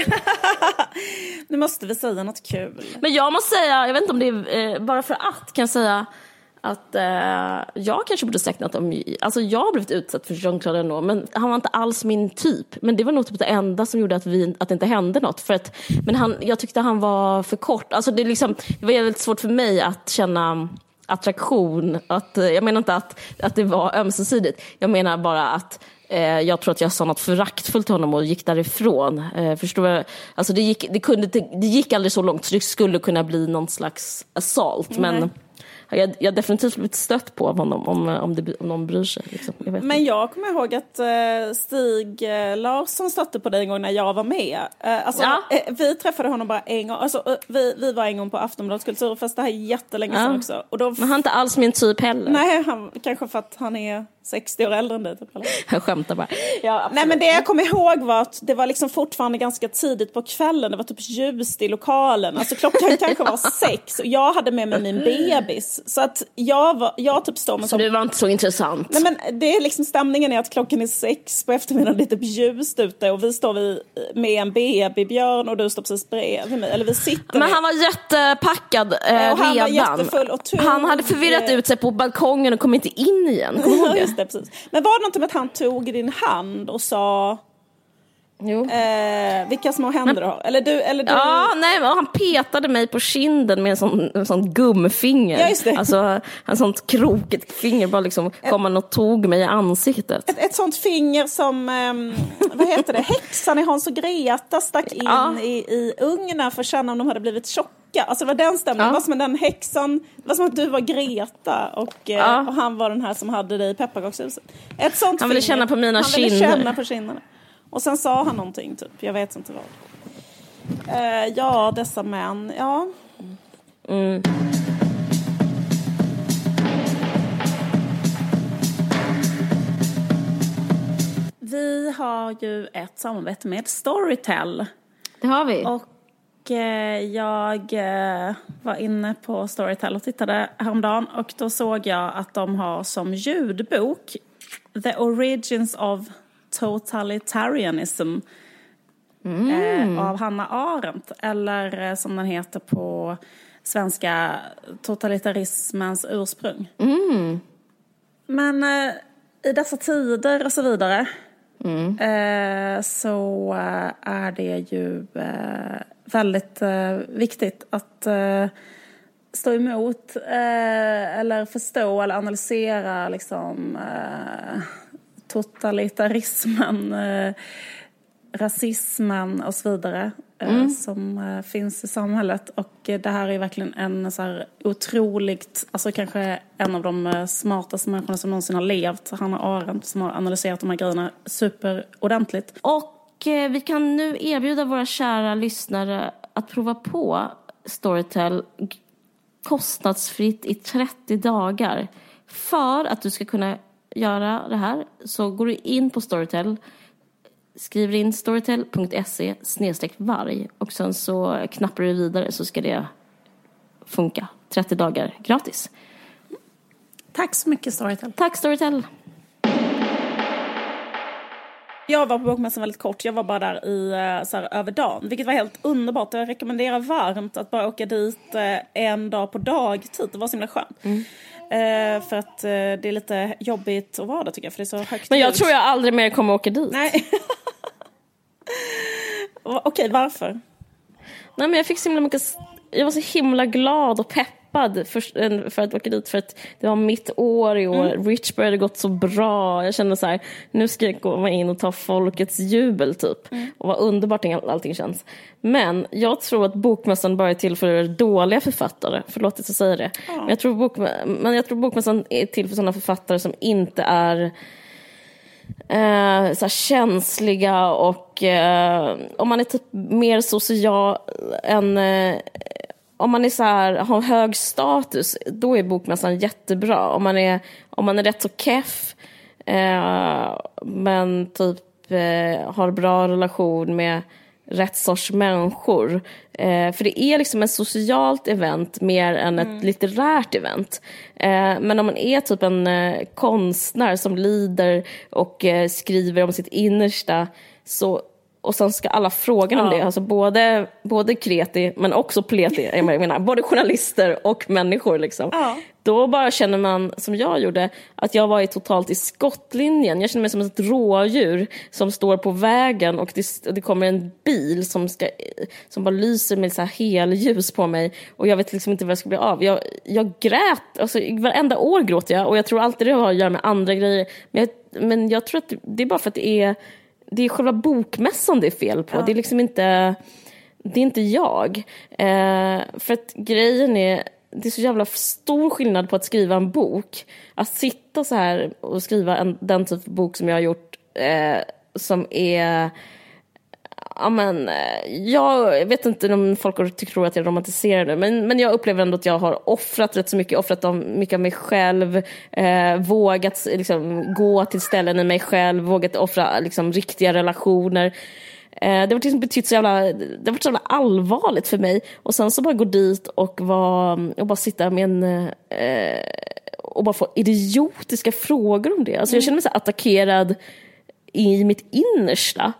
[SPEAKER 1] Nu måste vi säga något kul.
[SPEAKER 2] Men jag måste säga, jag vet inte om det är bara för att, kan jag säga att jag kanske borde sagt något om, alltså jag har blivit utsatt för Jean-Claude Arnault, men han var inte alls min typ, men det var nog typ det enda som gjorde att det inte hände något, men jag tyckte han var för kort, alltså det var väldigt svårt för mig att känna attraktion, jag menar inte att det var ömsesidigt, jag menar bara att jag tror att jag sa något föraktfullt till honom och gick därifrån. Förstår jag? Alltså det gick aldrig så långt så det skulle kunna bli någon slags assault, men jag definitivt blivit stött på av honom om någon bryr sig.
[SPEAKER 1] Men jag kommer ihåg att Stig Larsson stötte på dig en gång när jag var med. Vi träffade honom bara en gång. Alltså, vi var en gång på Aftonbladets kulturfest. Det här är jättelänge sedan också. Och
[SPEAKER 2] men han är inte alls min typ heller.
[SPEAKER 1] Nej, kanske för att han är 60 år äldre än dig. Typ,
[SPEAKER 2] jag skämtar bara.
[SPEAKER 1] Nej, men det jag kommer ihåg var att det var fortfarande ganska tidigt på kvällen. Det var typ ljust i lokalen. Alltså klockan kanske var 6. Och jag hade med mig min bebis. Så att jag typ står med...
[SPEAKER 2] Så det var inte så intressant?
[SPEAKER 1] Nej, men det är stämningen är att klockan är 6 på eftermiddagen. Det är typ ljust ute. Och vi står med en babybjörn. Och du står precis bredvid mig. Eller vi sitter
[SPEAKER 2] men han var jättepackad redan.
[SPEAKER 1] Han var jättefull och
[SPEAKER 2] han hade förvirrat ut sig på balkongen och kom inte in igen. Kommer du ihåg det?
[SPEAKER 1] Det, precis. Men var det något med att han tog din hand och sa vilka små händer du har? Eller du...
[SPEAKER 2] Ja, nej, han petade mig på kinden med en sån gumfinger.
[SPEAKER 1] Ja, just det.
[SPEAKER 2] Alltså en sånt krokigt finger bara kom han och tog mig i ansiktet.
[SPEAKER 1] Ett sånt finger som vad heter det? Häxan i Hans och Greta stack in i ugnen för att känna om de hade blivit tjocka. Alltså det var den stämningen. Det var som den häxan, det var som att du var Greta och han var den här som hade dig i pepparkakshuset. Ett sånt
[SPEAKER 2] han ville
[SPEAKER 1] finger.
[SPEAKER 2] Känna på mina kinder.
[SPEAKER 1] Han ville känna på kinderna. Och sen sa han någonting typ, jag vet inte vad. Dessa män, Vi har ju ett samarbete med Storytel.
[SPEAKER 2] Det har vi.
[SPEAKER 1] Och jag var inne på Storytel och tittade häromdagen. Och då såg jag att de har som ljudbok The Origins of Totalitarianism av Hannah Arendt. Eller som den heter på svenska, Totalitarismens ursprung. Men i dessa tider och så vidare så är det ju väldigt viktigt att stå emot eller förstå eller analysera liksom, totalitarismen, rasismen och så vidare som finns i samhället. Och det här är verkligen en så här otroligt, alltså kanske en av de smartaste människorna som någonsin har levt, Hannah Arendt, som har analyserat de här grejerna superordentligt.
[SPEAKER 2] Och vi kan nu erbjuda våra kära lyssnare att prova på Storytel kostnadsfritt i 30 dagar. För att du ska kunna göra det här så går du in på Storytel, skriver in storytel.se/varg och sen så knappar du vidare så ska det funka. 30 dagar gratis.
[SPEAKER 1] Tack så mycket Storytel.
[SPEAKER 2] Tack Storytel.
[SPEAKER 1] Jag var på bokmässan väldigt kort. Jag var bara där i så här, över dagen. Vilket var helt underbart. Jag rekommenderar varmt att bara åka dit en dag på dagtid. Det var så himla skönt. För att det är lite jobbigt att vara där tycker jag. För det är så högt.
[SPEAKER 2] Men jag tror jag aldrig mer kommer åka dit.
[SPEAKER 1] Nej. Okej, varför?
[SPEAKER 2] Nej, men jag var så himla glad och peppad för att åka dit. För att det var mitt år i år. Richburg hade gått så bra. Jag kände så här, nu ska jag gå in och ta folkets jubel typ. Och vad underbart allting känns. Men jag tror att bokmässan bara är till för dåliga författare. Förlåt att jag säger det. Men jag tror bokmässan är till för sådana författare som inte är så här känsliga och om man är typ mer social än om man är så här, har hög status, då är bokmässan jättebra. Om man är rätt så keff men typ har bra relation med rätt sorts människor. För det är liksom ett socialt event mer än ett litterärt event. Men om man är typ en konstnär som lider och skriver om sitt innersta så, och sen ska alla fråga om det, alltså både kreti men också pleti, jag menar, både journalister och människor liksom. Då bara känner man, som jag gjorde, att jag var totalt i skottlinjen. Jag känner mig som ett rådjur som står på vägen och det kommer en bil som bara lyser med så här helljus på mig och jag vet liksom inte vad jag ska bli av. Jag grät, alltså varenda år gråter jag och jag tror alltid det har att göra med andra grejer. Men jag tror att det är bara för att det är själva bokmässan det är fel på. Det är liksom inte, det är inte jag. För att grejen är, det är så jävla stor skillnad på att skriva en bok. Att sitta så här och skriva den typ av bok som jag har gjort som är... Ja, men, jag vet inte om folk tror att jag romantiserar det, men jag upplever ändå att jag har offrat rätt så mycket, mycket av mig själv, vågat liksom, gå till ställen i mig själv, vågat offra liksom, riktiga relationer. Det var liksom betytt så jävla, det var så jävla allvarligt för mig, och sen så bara gå dit och bara sitta med en och bara få idiotiska frågor om det. Alltså jag känner mig så attackerad i mitt innersta.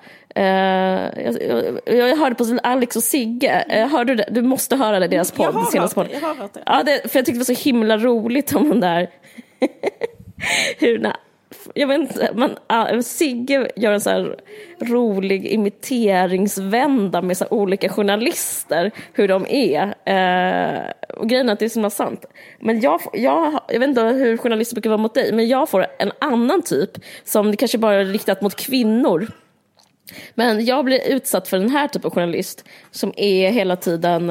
[SPEAKER 2] Jag hörde på Alex och Sigge. Hörde du det? Du måste höra det, deras podd.
[SPEAKER 1] Jag har hört det.
[SPEAKER 2] Ja, för jag tyckte det var så himla roligt om den där jag vet inte, Sigge gör en så här rolig imiteringsvända med så här olika journalister, hur de är, och grejen är att det är så sant. Men jag vet inte hur journalister brukar vara mot dig, men jag får en annan typ som det kanske bara är riktat mot kvinnor. Men jag blir utsatt för den här typen av journalist som är hela tiden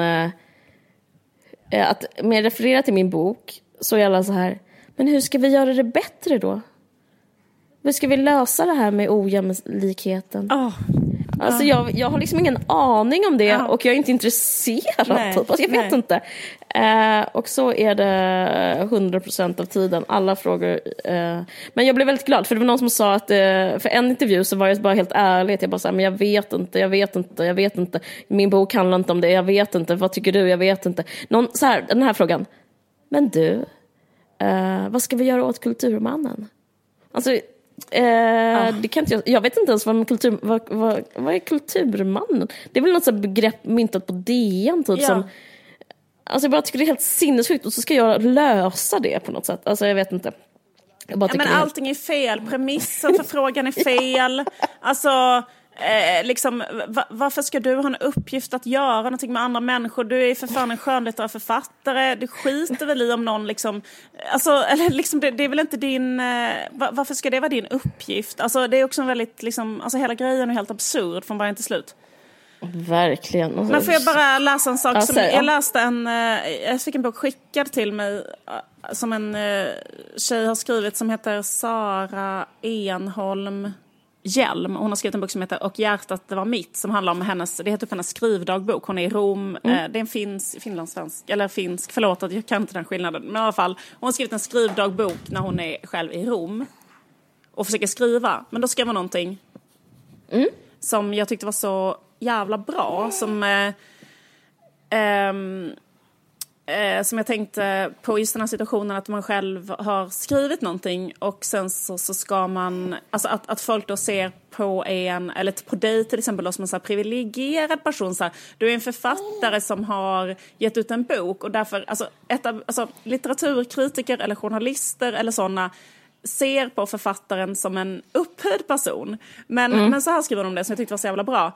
[SPEAKER 2] att med att referera till min bok så är alla så här, men hur ska vi göra det bättre då? Hur ska vi lösa det här med ojämlikheten? Alltså jag har liksom ingen aning om det och jag är inte intresserad.
[SPEAKER 1] Nej,
[SPEAKER 2] typ. Alltså jag vet inte. Och så är det 100% av tiden, alla frågor. Men jag blev väldigt glad, för det var någon som sa att för en intervju så var jag bara helt ärlig. Jag bara sa, men jag vet inte. Min bok handlar inte om det, jag vet inte. Vad tycker du? Jag vet inte. Den här frågan. Men du, vad ska vi göra åt Kulturmannen? Alltså, det kan inte jag vet inte ens vad är Kulturmannen? Det är väl något sånt begrepp myntat på DN typ, som... Alltså jag bara tycker det är helt sinnessjukt, och så ska jag lösa det på något sätt. Alltså jag vet inte.
[SPEAKER 1] Men allting är fel. Premissen för frågan är fel. Alltså... liksom, varför ska du ha en uppgift att göra någonting med andra människor? Du är för fan en skönlitterär författare. Du skiter väl i om någon liksom, alltså, eller liksom, det är väl inte din, varför ska det vara din uppgift? Alltså det är också en väldigt liksom, alltså hela grejen är helt absurd från början till slut.
[SPEAKER 2] Verkligen.
[SPEAKER 1] Men får jag bara läsa en sak som jag fick en bok skickad till mig som en tjej har skrivit som heter Sara Enholm Hjelm. Hon har skrivit en bok som heter Och hjärtat det var mitt, som handlar om det heter hennes skrivdagbok. Hon är i Rom. Det är en finlandssvensk, eller finsk, förlåt att jag kan inte den skillnaden, men i alla fall, hon har skrivit en skrivdagbok när hon är själv i Rom och försöker skriva, men då skrev hon någonting som jag tyckte var så jävla bra, som jag tänkte på just den här situationen, att man själv har skrivit någonting och sen så ska man, alltså att folk då ser på en, eller på dig till exempel då, som en så här privilegierad person, så här, du är en författare som har gett ut en bok, och därför, alltså litteraturkritiker eller journalister eller sådana ser på författaren som en upphöjd person, men så här skriver de det som jag tyckte var så jävla bra.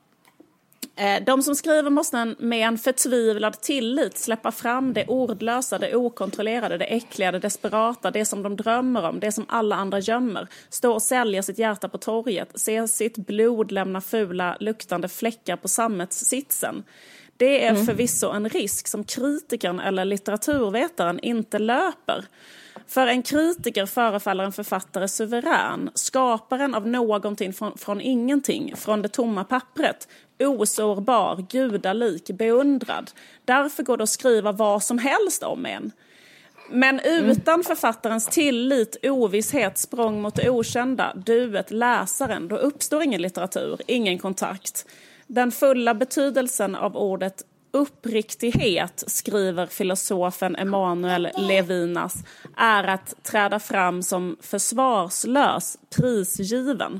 [SPEAKER 1] De som skriver måste med en förtvivlad tillit släppa fram det ordlösa, det okontrollerade, det äckliga, det desperata, det som de drömmer om, det som alla andra gömmer. Stå och sälja sitt hjärta på torget, se sitt blod lämna fula, luktande fläckar på sammetssitsen. Det är förvisso en risk som kritikern eller litteraturvetaren inte löper. För en kritiker förefaller en författare suverän, skaparen av någonting från ingenting, från det tomma pappret, osårbar, gudalik, beundrad. Därför går det att skriva vad som helst om en. Men utan författarens tillit, ovisshet, språng mot det okända, duet, läsaren, då uppstår ingen litteratur, ingen kontakt. Den fulla betydelsen av ordet uppriktighet, skriver filosofen Emanuel Levinas, är att träda fram som försvarslös, prisgiven.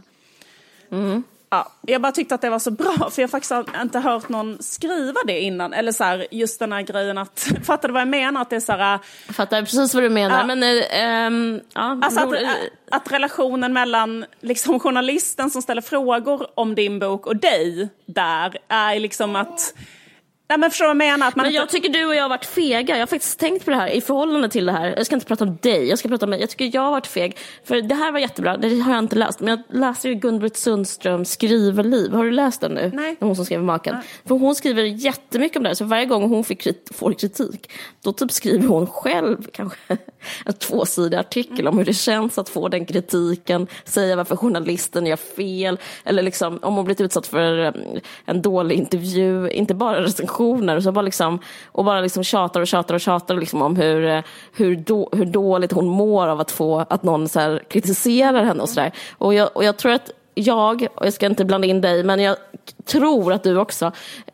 [SPEAKER 1] Ja, jag bara tyckte att det var så bra, för jag faktiskt har inte hört någon skriva det innan, eller så här, just den här grejen att, fattar du vad jag menar? Att det är så här,
[SPEAKER 2] jag fattar precis vad du menar, men
[SPEAKER 1] alltså att relationen mellan liksom journalisten som ställer frågor om din bok och dig där är liksom att... Nej, men förstår vad jag menar? Att man
[SPEAKER 2] jag tycker du och jag har varit fega. Jag har faktiskt tänkt på det här i förhållande till det här. Jag ska inte prata om dig, jag ska prata om mig. Jag tycker jag har varit feg. För det här var jättebra, det har jag inte läst. Men jag läser ju Gun-Britt Sundströms Skrivarliv. Har du läst den nu?
[SPEAKER 1] Nej.
[SPEAKER 2] Hon som skriver Maken. För hon skriver jättemycket om det här. Så varje gång hon får kritik, då typ skriver hon själv kanske en 2-sidig artikel om hur det känns att få den kritiken. Säga varför journalisten gör fel. Eller liksom, om hon blivit utsatt för en dålig intervju. Inte bara recensioner, och så bara liksom tjatar liksom om hur dåligt hon mår av att någon så här kritiserar henne och sådär. Och jag tror att och jag ska inte blanda in dig, men jag tror att du också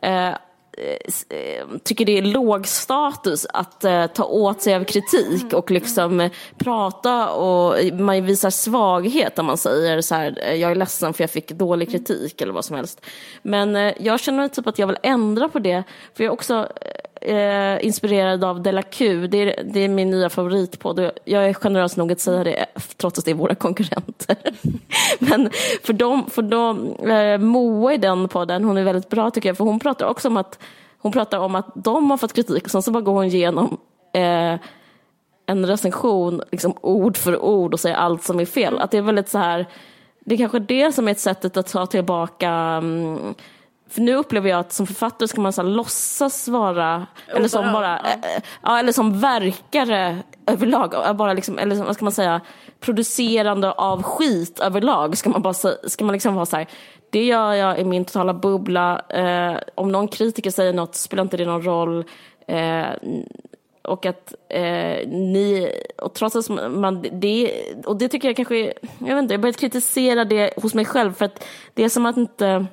[SPEAKER 2] tycker det är låg status att ta åt sig av kritik och liksom prata, och man visar svaghet om man säger så här: jag är ledsen för jag fick dålig kritik eller vad som helst. Men jag känner typ att jag vill ändra på det, för jag är också inspirerad av De La Q. Det är min nya favoritpodd. Jag är generös nog att säga det, trots att det är våra konkurrenter. Men för dem Moa i den podden, hon är väldigt bra tycker jag, för hon pratar också om att de har fått kritik, och sen så bara går hon igenom en recension liksom ord för ord och säger allt som är fel. Att det är väldigt så här, det är kanske det som är ett sätt att ta tillbaka. För nu upplever jag att som författare ska man så här låtsas vara, eller som bara eller som verkare överlag, bara liksom, eller vad ska man säga, producerande av skit överlag, ska man liksom vara så här: det gör jag i min totala bubbla. Om någon kritiker säger något spelar inte det någon roll. Och att och trots att man och det tycker jag kanske, jag vet inte, jag börjat kritisera det hos mig själv, för att det är som att inte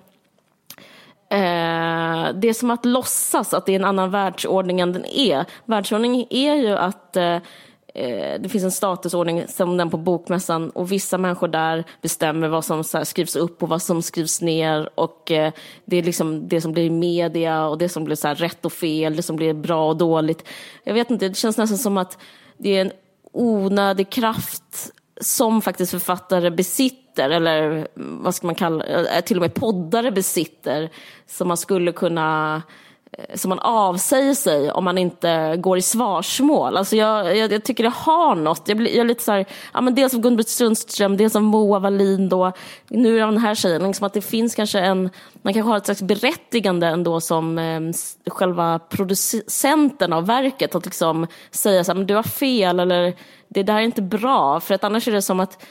[SPEAKER 2] det är som att låtsas att det är en annan världsordning än den är. Världsordningen är ju att det finns en statusordning som den på bokmässan, och vissa människor där bestämmer vad som så här skrivs upp och vad som skrivs ner, och det är liksom det som blir i media och det som blir så här rätt och fel, det som blir bra och dåligt. Jag vet inte, det känns nästan som att det är en onödig kraft som faktiskt författare besitter, eller vad ska man kalla, till och med poddare besitter, som man skulle kunna, som man avsäger sig om man inte går i svarsmål. Alltså jag tycker det har något. Jag är lite så här, ja, men dels av Gun-Britt Sundström, dels av Moa Wallin då, nu är den här tjejen, liksom att det finns kanske man kanske har ett slags berättigande ändå som själva producenten av verket att liksom säga så här, men du har fel, eller det där är inte bra, för att annars är det som att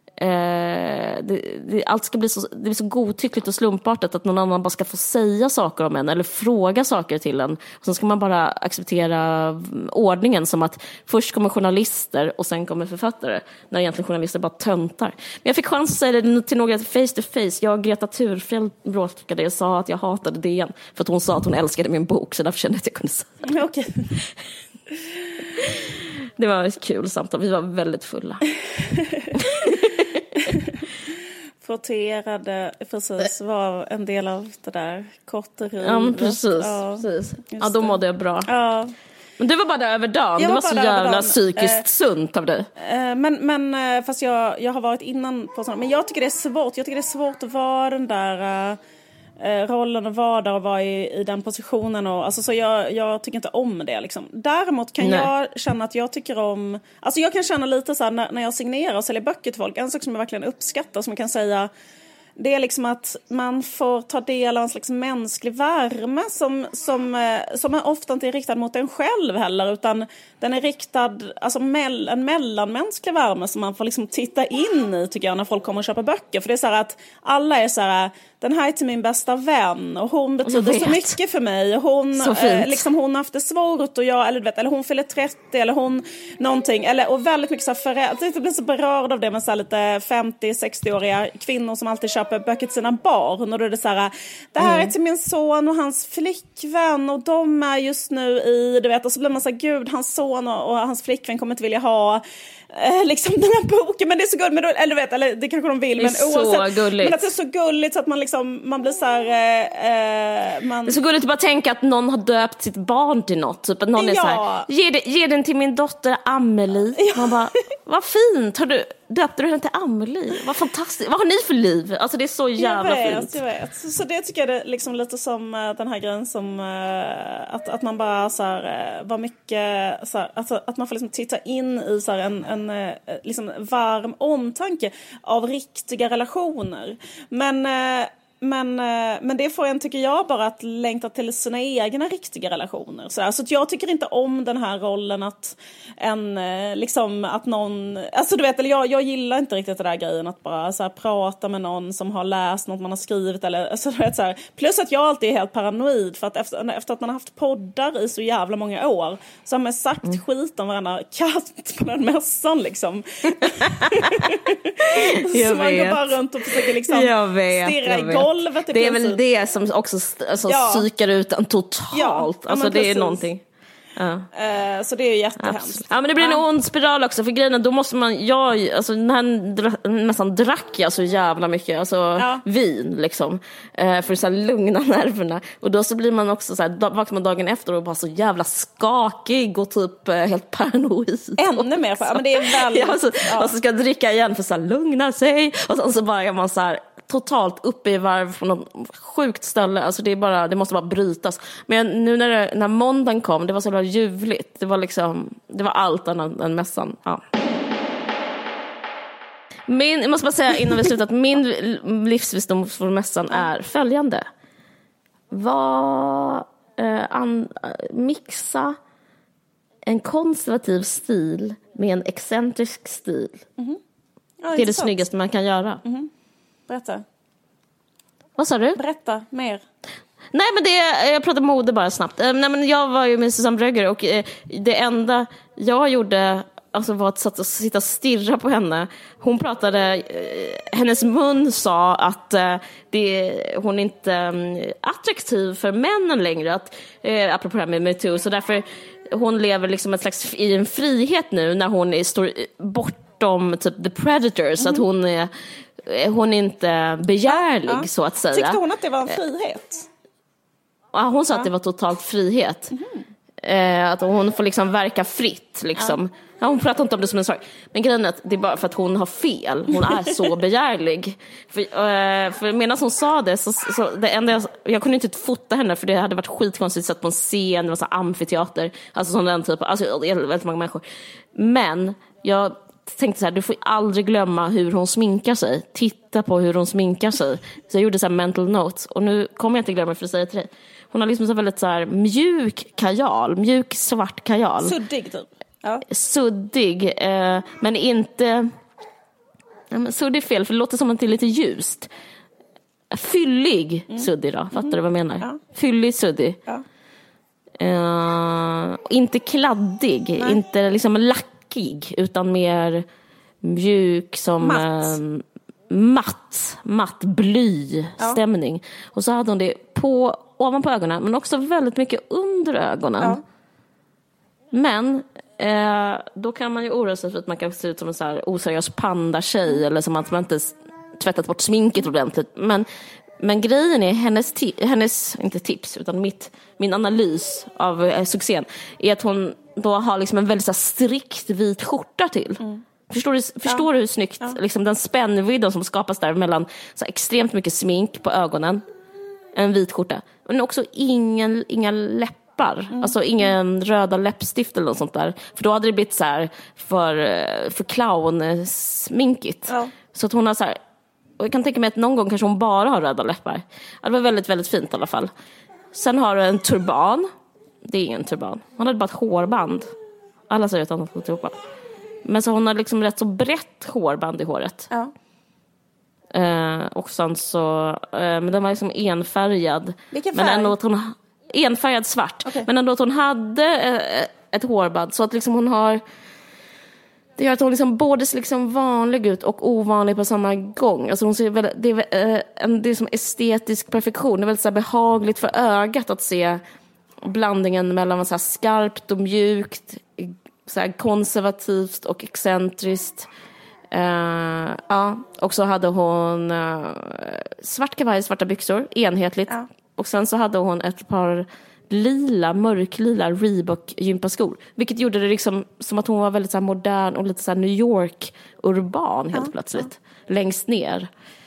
[SPEAKER 2] allt ska bli det blir så godtyckligt och slumpartat att någon annan bara ska få säga saker om en eller fråga saker till en, och sen ska man bara acceptera ordningen som att först kommer journalister och sen kommer författare, när egentligen journalister bara töntar. Men jag fick chans att säga det till några face to face. Jag och Greta Thurfjell bråkade och sa att jag hatade DN för att hon sa att hon älskade min bok, så därför kände jag att jag kunde säga.
[SPEAKER 1] Okej.
[SPEAKER 2] Det var ett kul samtal, vi var väldigt fulla.
[SPEAKER 1] Frotterade, precis, var en del av det där korteriet.
[SPEAKER 2] Ja, men precis. Ja, då mådde jag bra. Ja. Men du var bara där över dagen. Det var så jävla psykiskt sunt av dig.
[SPEAKER 1] Men fast jag har varit innan på sånt. Men jag tycker det är svårt. Jag tycker det är svårt att vara den där rollen och vara där och vara i den positionen. Och, alltså, så jag tycker inte om det. Liksom. Däremot kan jag känna att jag tycker om... Alltså jag kan känna lite så här när jag signerar och säljer böcker till folk. En sak som jag verkligen uppskattar, som jag kan säga... Det är liksom att man får ta del av en slags mänsklig värme som ofta inte är riktad mot en själv heller, utan den är riktad, alltså en mellanmänsklig värme som man får liksom titta in i, tycker jag, när folk kommer och köper böcker. För det är så här att alla är så här, den här är till min bästa vän och hon betyder så mycket för mig, och hon liksom, hon har haft det svårt, och jag, eller hon fyller 30, eller hon någonting, och väldigt mycket så här jag blir så berörd av det med så här lite 50-60-åriga kvinnor som alltid köper böcker till sina barn, och då är det så här, det här är till min son och hans flickvän, och de är just nu i, du vet, och så blir man så här, gud, hans son och hans flickvän kommer inte vilja ha liksom den här boken, men det är så gulligt, men eller det kanske de vill, men oavsett, men att det är så gulligt så att man liksom, man blir så här, det
[SPEAKER 2] är så gulligt att bara tänka att någon har döpt sitt barn till något, typ att någon är så här, ge den till min dotter Amelie. Man bara, vad fint, döpte du henne till Amelie? Vad fantastiskt, vad har ni för liv? Alltså det är så jävla fint.
[SPEAKER 1] Jag vet. Så det tycker jag är liksom lite som den här grejen som att man bara så här, var mycket så här, alltså, att man får liksom titta in i så här en liksom varm omtanke av riktiga relationer. Men det får en, tycker jag, bara att längta till sina egna riktiga relationer. Så att jag tycker inte om den här rollen att liksom att någon, alltså du vet, eller jag gillar inte riktigt den där grejen att bara så här, prata med någon som har läst något man har skrivit, eller alltså, du vet, så här. Plus att jag alltid är helt paranoid, för att efter att man har haft poddar i så jävla många år, så har man sagt skit om varandra katt på den mässan liksom. Så man går bara runt och försöker liksom stirra i golvet.
[SPEAKER 2] Det är väl det som också psykar ut en totalt. Alltså det är någonting.
[SPEAKER 1] Så det är ju jättehemskt.
[SPEAKER 2] Ja, men det blir en ond spiral också, för grejen då måste man, alltså den här nästan drack jag så jävla mycket, alltså vin liksom, för att så här lugna nerverna, och då så blir man också så här, vaknar man dagen efter och bara så jävla skakig och typ helt paranoid.
[SPEAKER 1] Ännu mer, men det är väldigt
[SPEAKER 2] och så ska jag dricka igen för så här lugna sig, och sen så börjar man så här totalt uppe i varv på något sjukt ställe. Alltså det måste bara brytas. Men nu när måndagen kom, det var så jävla ljuvligt. Det var allt annat än mässan. Ja. Jag måste bara säga innan vi slutar att min livsvisdom för mässan är följande. Mixa en konservativ stil med en excentrisk stil. Mm-hmm. Det är det snyggaste man kan göra.
[SPEAKER 1] Mm-hmm. Berätta.
[SPEAKER 2] Vad sa du?
[SPEAKER 1] Berätta mer.
[SPEAKER 2] Nej, men jag pratade mode bara snabbt. Nej, men jag var ju med Susanne Brögger och det enda jag gjorde alltså var att sitta och stirra på henne. Hon pratade, hennes mun sa att hon inte är attraktiv för männen längre, apropå det här med MeToo, så därför hon lever liksom i en frihet nu när hon står bortom typ the predators, så att hon är inte begärlig så att säga.
[SPEAKER 1] Tyckte hon att det var en frihet?
[SPEAKER 2] Ja, hon sa att det var totalt frihet. Att hon får liksom verka fritt liksom. Ja, hon pratar inte om det som en sak. Men grejen är att det är bara för att hon har fel. Hon är så begärlig. För medan hon sa det så det enda jag kunde inte fota henne, för det hade varit skitkonstigt sett på en scen, det var så amfiteater, alltså sån den typen, alltså det är väldigt många människor. Men jag tänkte så här, du får aldrig glömma hur hon sminkar sig. Titta på hur hon sminkar sig. Så jag gjorde så här mental notes. Och nu kommer jag inte glömma för att säga till dig. Hon har liksom så väldigt så här mjuk svart kajal.
[SPEAKER 1] Suddig typ. Ja.
[SPEAKER 2] Suddig, men inte... Ja, men suddig är fel, för det låter som att det är lite ljust. Fyllig suddig då, fattar du vad jag menar? Ja. Fyllig suddig. Ja. Inte kladdig, inte liksom lackig, utan mer mjuk som... matt bly-stämning. Och så hade hon det ovanpå ögonen, men också väldigt mycket under ögonen. Ja. Men då kan man ju oroa sig för att man kan se ut som en så här oseriös panda-tjej, eller som att man inte tvättat bort sminket ordentligt. Men grejen är hennes inte tips, utan min analys av succén är att hon då har liksom en väldigt så här strikt vit skjorta till. Förstår du hur snyggt liksom den spännvidden som skapas där mellan så extremt mycket smink på ögonen, en vit skjorta, men också inga läppar, alltså ingen röda läppstift eller något sånt där, för då hade det blivit så här för clownsminkigt. Så att hon har så här, och jag kan tänka mig att någon gång kanske hon bara har röda läppar. Det var väldigt, väldigt fint i alla fall. Sen har du en turban. Det är ingen turban, hon hade bara ett hårband. Alla säger att hon har ett turban. Men så hon har liksom rätt så brett hårband i håret. Ja. Och sen så... men den var liksom enfärgad.
[SPEAKER 1] Vilken färg?
[SPEAKER 2] Men ändå att hon... Enfärgad svart. Okay. Men ändå att hon hade ett hårband. Så att liksom hon har... Det gör att hon liksom både ser liksom vanlig ut och ovanlig på samma gång. Alltså hon ser väldigt, det är som estetisk perfektion. Det är väldigt så här behagligt för ögat att se blandningen mellan så här skarpt och mjukt, så här konservativt och excentriskt. Och så hade hon svart kavaj, svarta byxor, enhetligt. Ja. Och sen så hade hon ett par mörklila Reebok gympaskor, vilket gjorde det liksom som att hon var väldigt så här modern och lite så här New York urban helt plötsligt längst ner.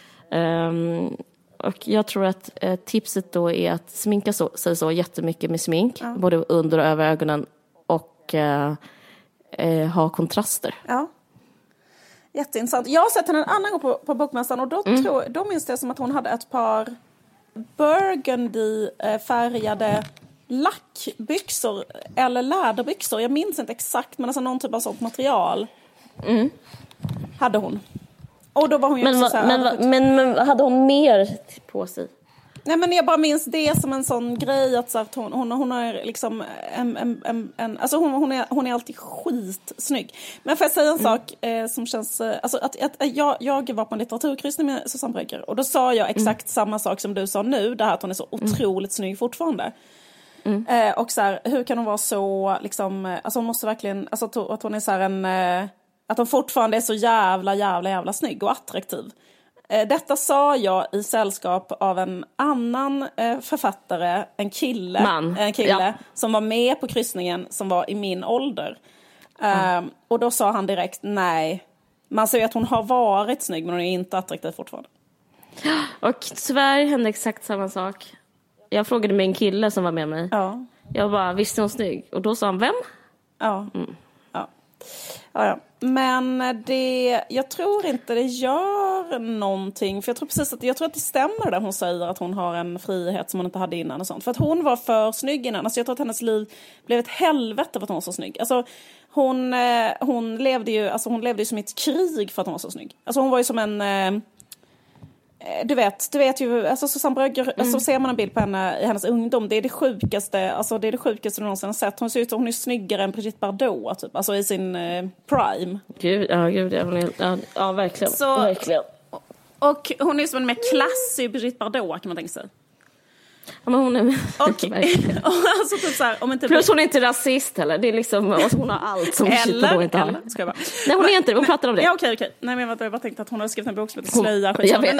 [SPEAKER 2] Och jag tror att tipset då är att sminka sig så jättemycket med smink, både under och över ögonen, och ha kontraster. Ja.
[SPEAKER 1] Jätteintressant. Jag har sett henne en annan gång på Bokmässan, och då minns det som att hon hade ett par burgundy färgade lackbyxor eller läderbyxor. Jag minns inte exakt, men alltså någon typ av sånt material hade hon. Och då var hon ju
[SPEAKER 2] men hade hon mer på sig?
[SPEAKER 1] Nej, men jag bara minns det som en sån grej att, så att hon är liksom alltså hon är alltid skitsnygg. Men får jag säga en sak som känns, alltså att jag var på en litteraturkryssning med Susanne Brögger, och då sa jag exakt samma sak som du sa nu, det här att hon är så otroligt snygg fortfarande. Och så här, hur kan hon vara så liksom, alltså hon måste verkligen, alltså att hon är så här att hon fortfarande är så jävla snygg och attraktiv. Detta sa jag i sällskap av en annan författare, en kille som var med på kryssningen, som var i min ålder. Och då sa han direkt, nej, man ser ju att hon har varit snygg, men hon är inte attraktiv fortfarande.
[SPEAKER 2] Och tyvärr hände exakt samma sak. Jag frågade med en kille som var med mig. Ja. Jag bara, visst är hon snygg? Och då sa han, vem?
[SPEAKER 1] Ja. Ja. Men jag tror inte det gör någonting. För jag tror att det stämmer där hon säger att hon har en frihet som hon inte hade innan och sånt. För att hon var för snygg innan. Alltså jag tror att hennes liv blev ett helvete för att hon var så snygg. Alltså hon levde ju som ett krig för att hon var så snygg. Alltså hon var ju som du vet ju, alltså Susanne Brögger, alltså ser man en bild på henne i hennes ungdom, det är det sjukaste, alltså det är det sjukaste du någonsin har sett. Hon ser ut som hon är snyggare än Brigitte Bardot, typ, alltså i sin prime.
[SPEAKER 2] Gud, ja, verkligen.
[SPEAKER 1] Så,
[SPEAKER 2] verkligen.
[SPEAKER 1] Och hon är som en mer klassig Brigitte Bardot, kan man tänka sig.
[SPEAKER 2] Ja, men hon är
[SPEAKER 1] och alltså typ så här, om inte
[SPEAKER 2] plus hon är inte rasist heller. Det är liksom, alltså, hon har allt som Brigitte Bardot inte har.
[SPEAKER 1] Ska jag bara.
[SPEAKER 2] Nej, hon är inte det. Hon pratar om det.
[SPEAKER 1] Ja, okej. Nej, men jag bara tänkte att hon hade skrivit en bok som heter Slöja.
[SPEAKER 2] Jag vet.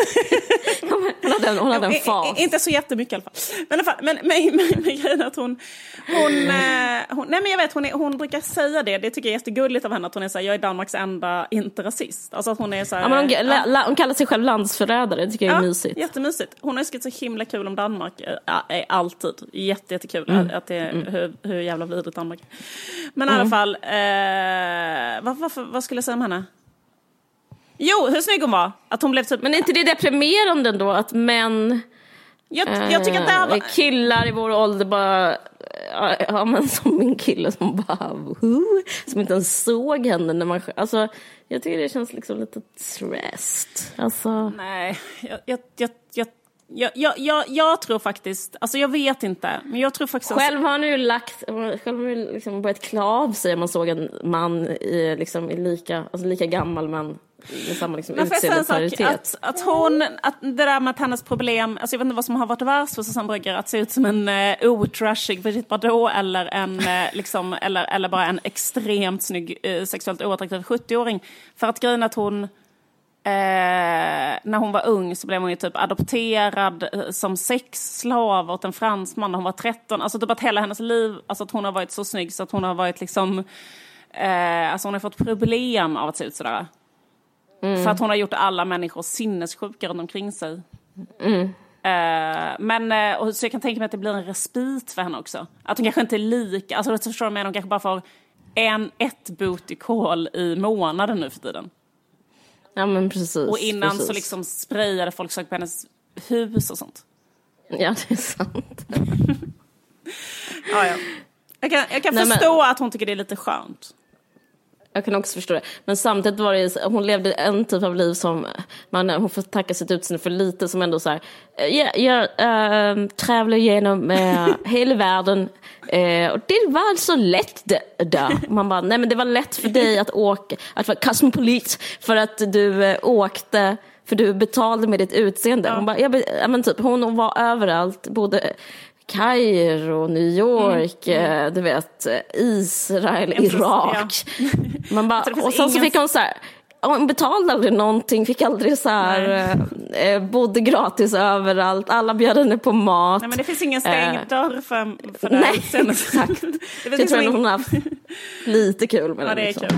[SPEAKER 2] Hon hade en fas.
[SPEAKER 1] Inte så jättemycket i alla fall. Men grejen att hon nej, men jag vet, hon brukar säga det. Det tycker jag är jättegulligt av henne, att hon är så här, jag är Danmarks enda inte-rasist. Alltså att hon är så här, ja, men
[SPEAKER 2] hon kallar sig själv landsförrädare. Det tycker jag är mysigt.
[SPEAKER 1] Jättemysigt. Hon har skrivit så himla kul om Danmark. Alltid. Jättekul att det är hur jävla vidrigt Danmark. Men i alla fall, vad skulle jag säga om henne? Jo, hur snygg hon var. Att hon blev typ...
[SPEAKER 2] Men är inte det deprimerande då att män...
[SPEAKER 1] Jag tycker att det här var...
[SPEAKER 2] killar i vår ålder bara... Ja, men som min kille som bara... som inte ens såg henne när man... Alltså, jag tycker det känns liksom lite stressed. Alltså...
[SPEAKER 1] Nej, jag tror faktiskt... Alltså jag vet inte, men jag tror faktiskt...
[SPEAKER 2] Själv har ni ju liksom börjat klä av sig. Man såg en man i lika gammal men med samma liksom utseendeparitet. Att det där med att hennes problem, alltså jag vet inte vad som har varit värst för Susanne Brögger, att se ut som en otrashig Brigitte Bardot eller en liksom eller bara en extremt snygg sexuellt oattraktiv 70-åring, för att grejen att hon när hon var ung så blev hon ju typ adopterad som sexslav åt en fransman när hon var 13. Alltså typ att hela hennes liv, alltså att hon har varit så snygg så att hon har varit liksom alltså hon har fått problem av att se ut sådär. För att hon har gjort alla människor sinnessjuka runt omkring sig. Men och så jag kan tänka mig att det blir en respit för henne också. Att hon kanske inte är lika, alltså du förstår mig, hon kanske bara får ett booty call i månaden nu för tiden. Ja, men precis.
[SPEAKER 1] Och innan så liksom sprayade folk saker på hennes hus och sånt.
[SPEAKER 2] Ja, det är sant.
[SPEAKER 1] Ja. Jag kan förstå att hon tycker det är lite skönt.
[SPEAKER 2] Jag kan också förstå det. Men samtidigt var det, hon levde en typ av liv som hon får tacka sitt utseende för lite, som ändå så här, jag trävlar genom hela världen och det var alltså lätt där. Man bara, nej men det var lätt för dig att åka, att vara kosmopolit för att du åkte, för du betalade med ditt utseende. Hon bara, men typ, hon var överallt, både Kairo, New York, du vet, Israel, Irak. Man bara, och sen så fick hon så här, hon betalade aldrig någonting, fick aldrig så här, bodde gratis överallt, alla bjöd henne på mat.
[SPEAKER 1] Nej, men det finns ingen stängd dörr för det.
[SPEAKER 2] Nej, exakt. Jag tror att hon har haft lite kul med det.
[SPEAKER 1] Ja, det är
[SPEAKER 2] liksom.
[SPEAKER 1] Kul.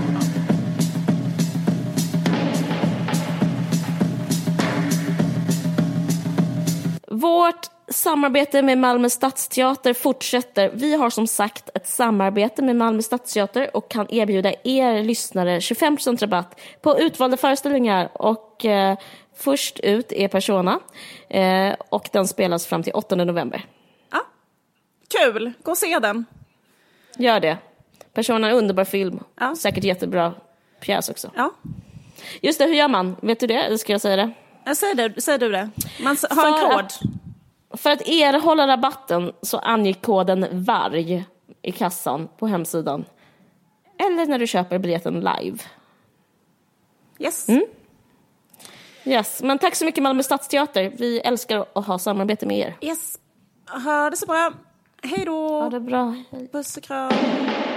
[SPEAKER 2] Vårt samarbete med Malmö Stadsteater fortsätter. Vi har som sagt ett samarbete med Malmö Stadsteater och kan erbjuda er lyssnare 25% rabatt på utvalda föreställningar. Och först ut är Persona och den spelas fram till 8 november.
[SPEAKER 1] Ja, kul. Gå och se den.
[SPEAKER 2] Gör det. Persona är en underbar film. Ja. Säkert jättebra pjäs också.
[SPEAKER 1] Ja. Just
[SPEAKER 2] det, hur gör man? Vet du det? Eller ska jag säga det?
[SPEAKER 1] Säg du det. Man har en kod.
[SPEAKER 2] För att erhålla rabatten så anger koden VARG i kassan på hemsidan. Eller när du köper biljetten live.
[SPEAKER 1] Yes.
[SPEAKER 2] Yes, men tack så mycket Malmö Stadsteater. Vi älskar att ha samarbete med er.
[SPEAKER 1] Yes. Ha det så bra. Hej då.
[SPEAKER 2] Ha det bra.
[SPEAKER 1] Puss och kram.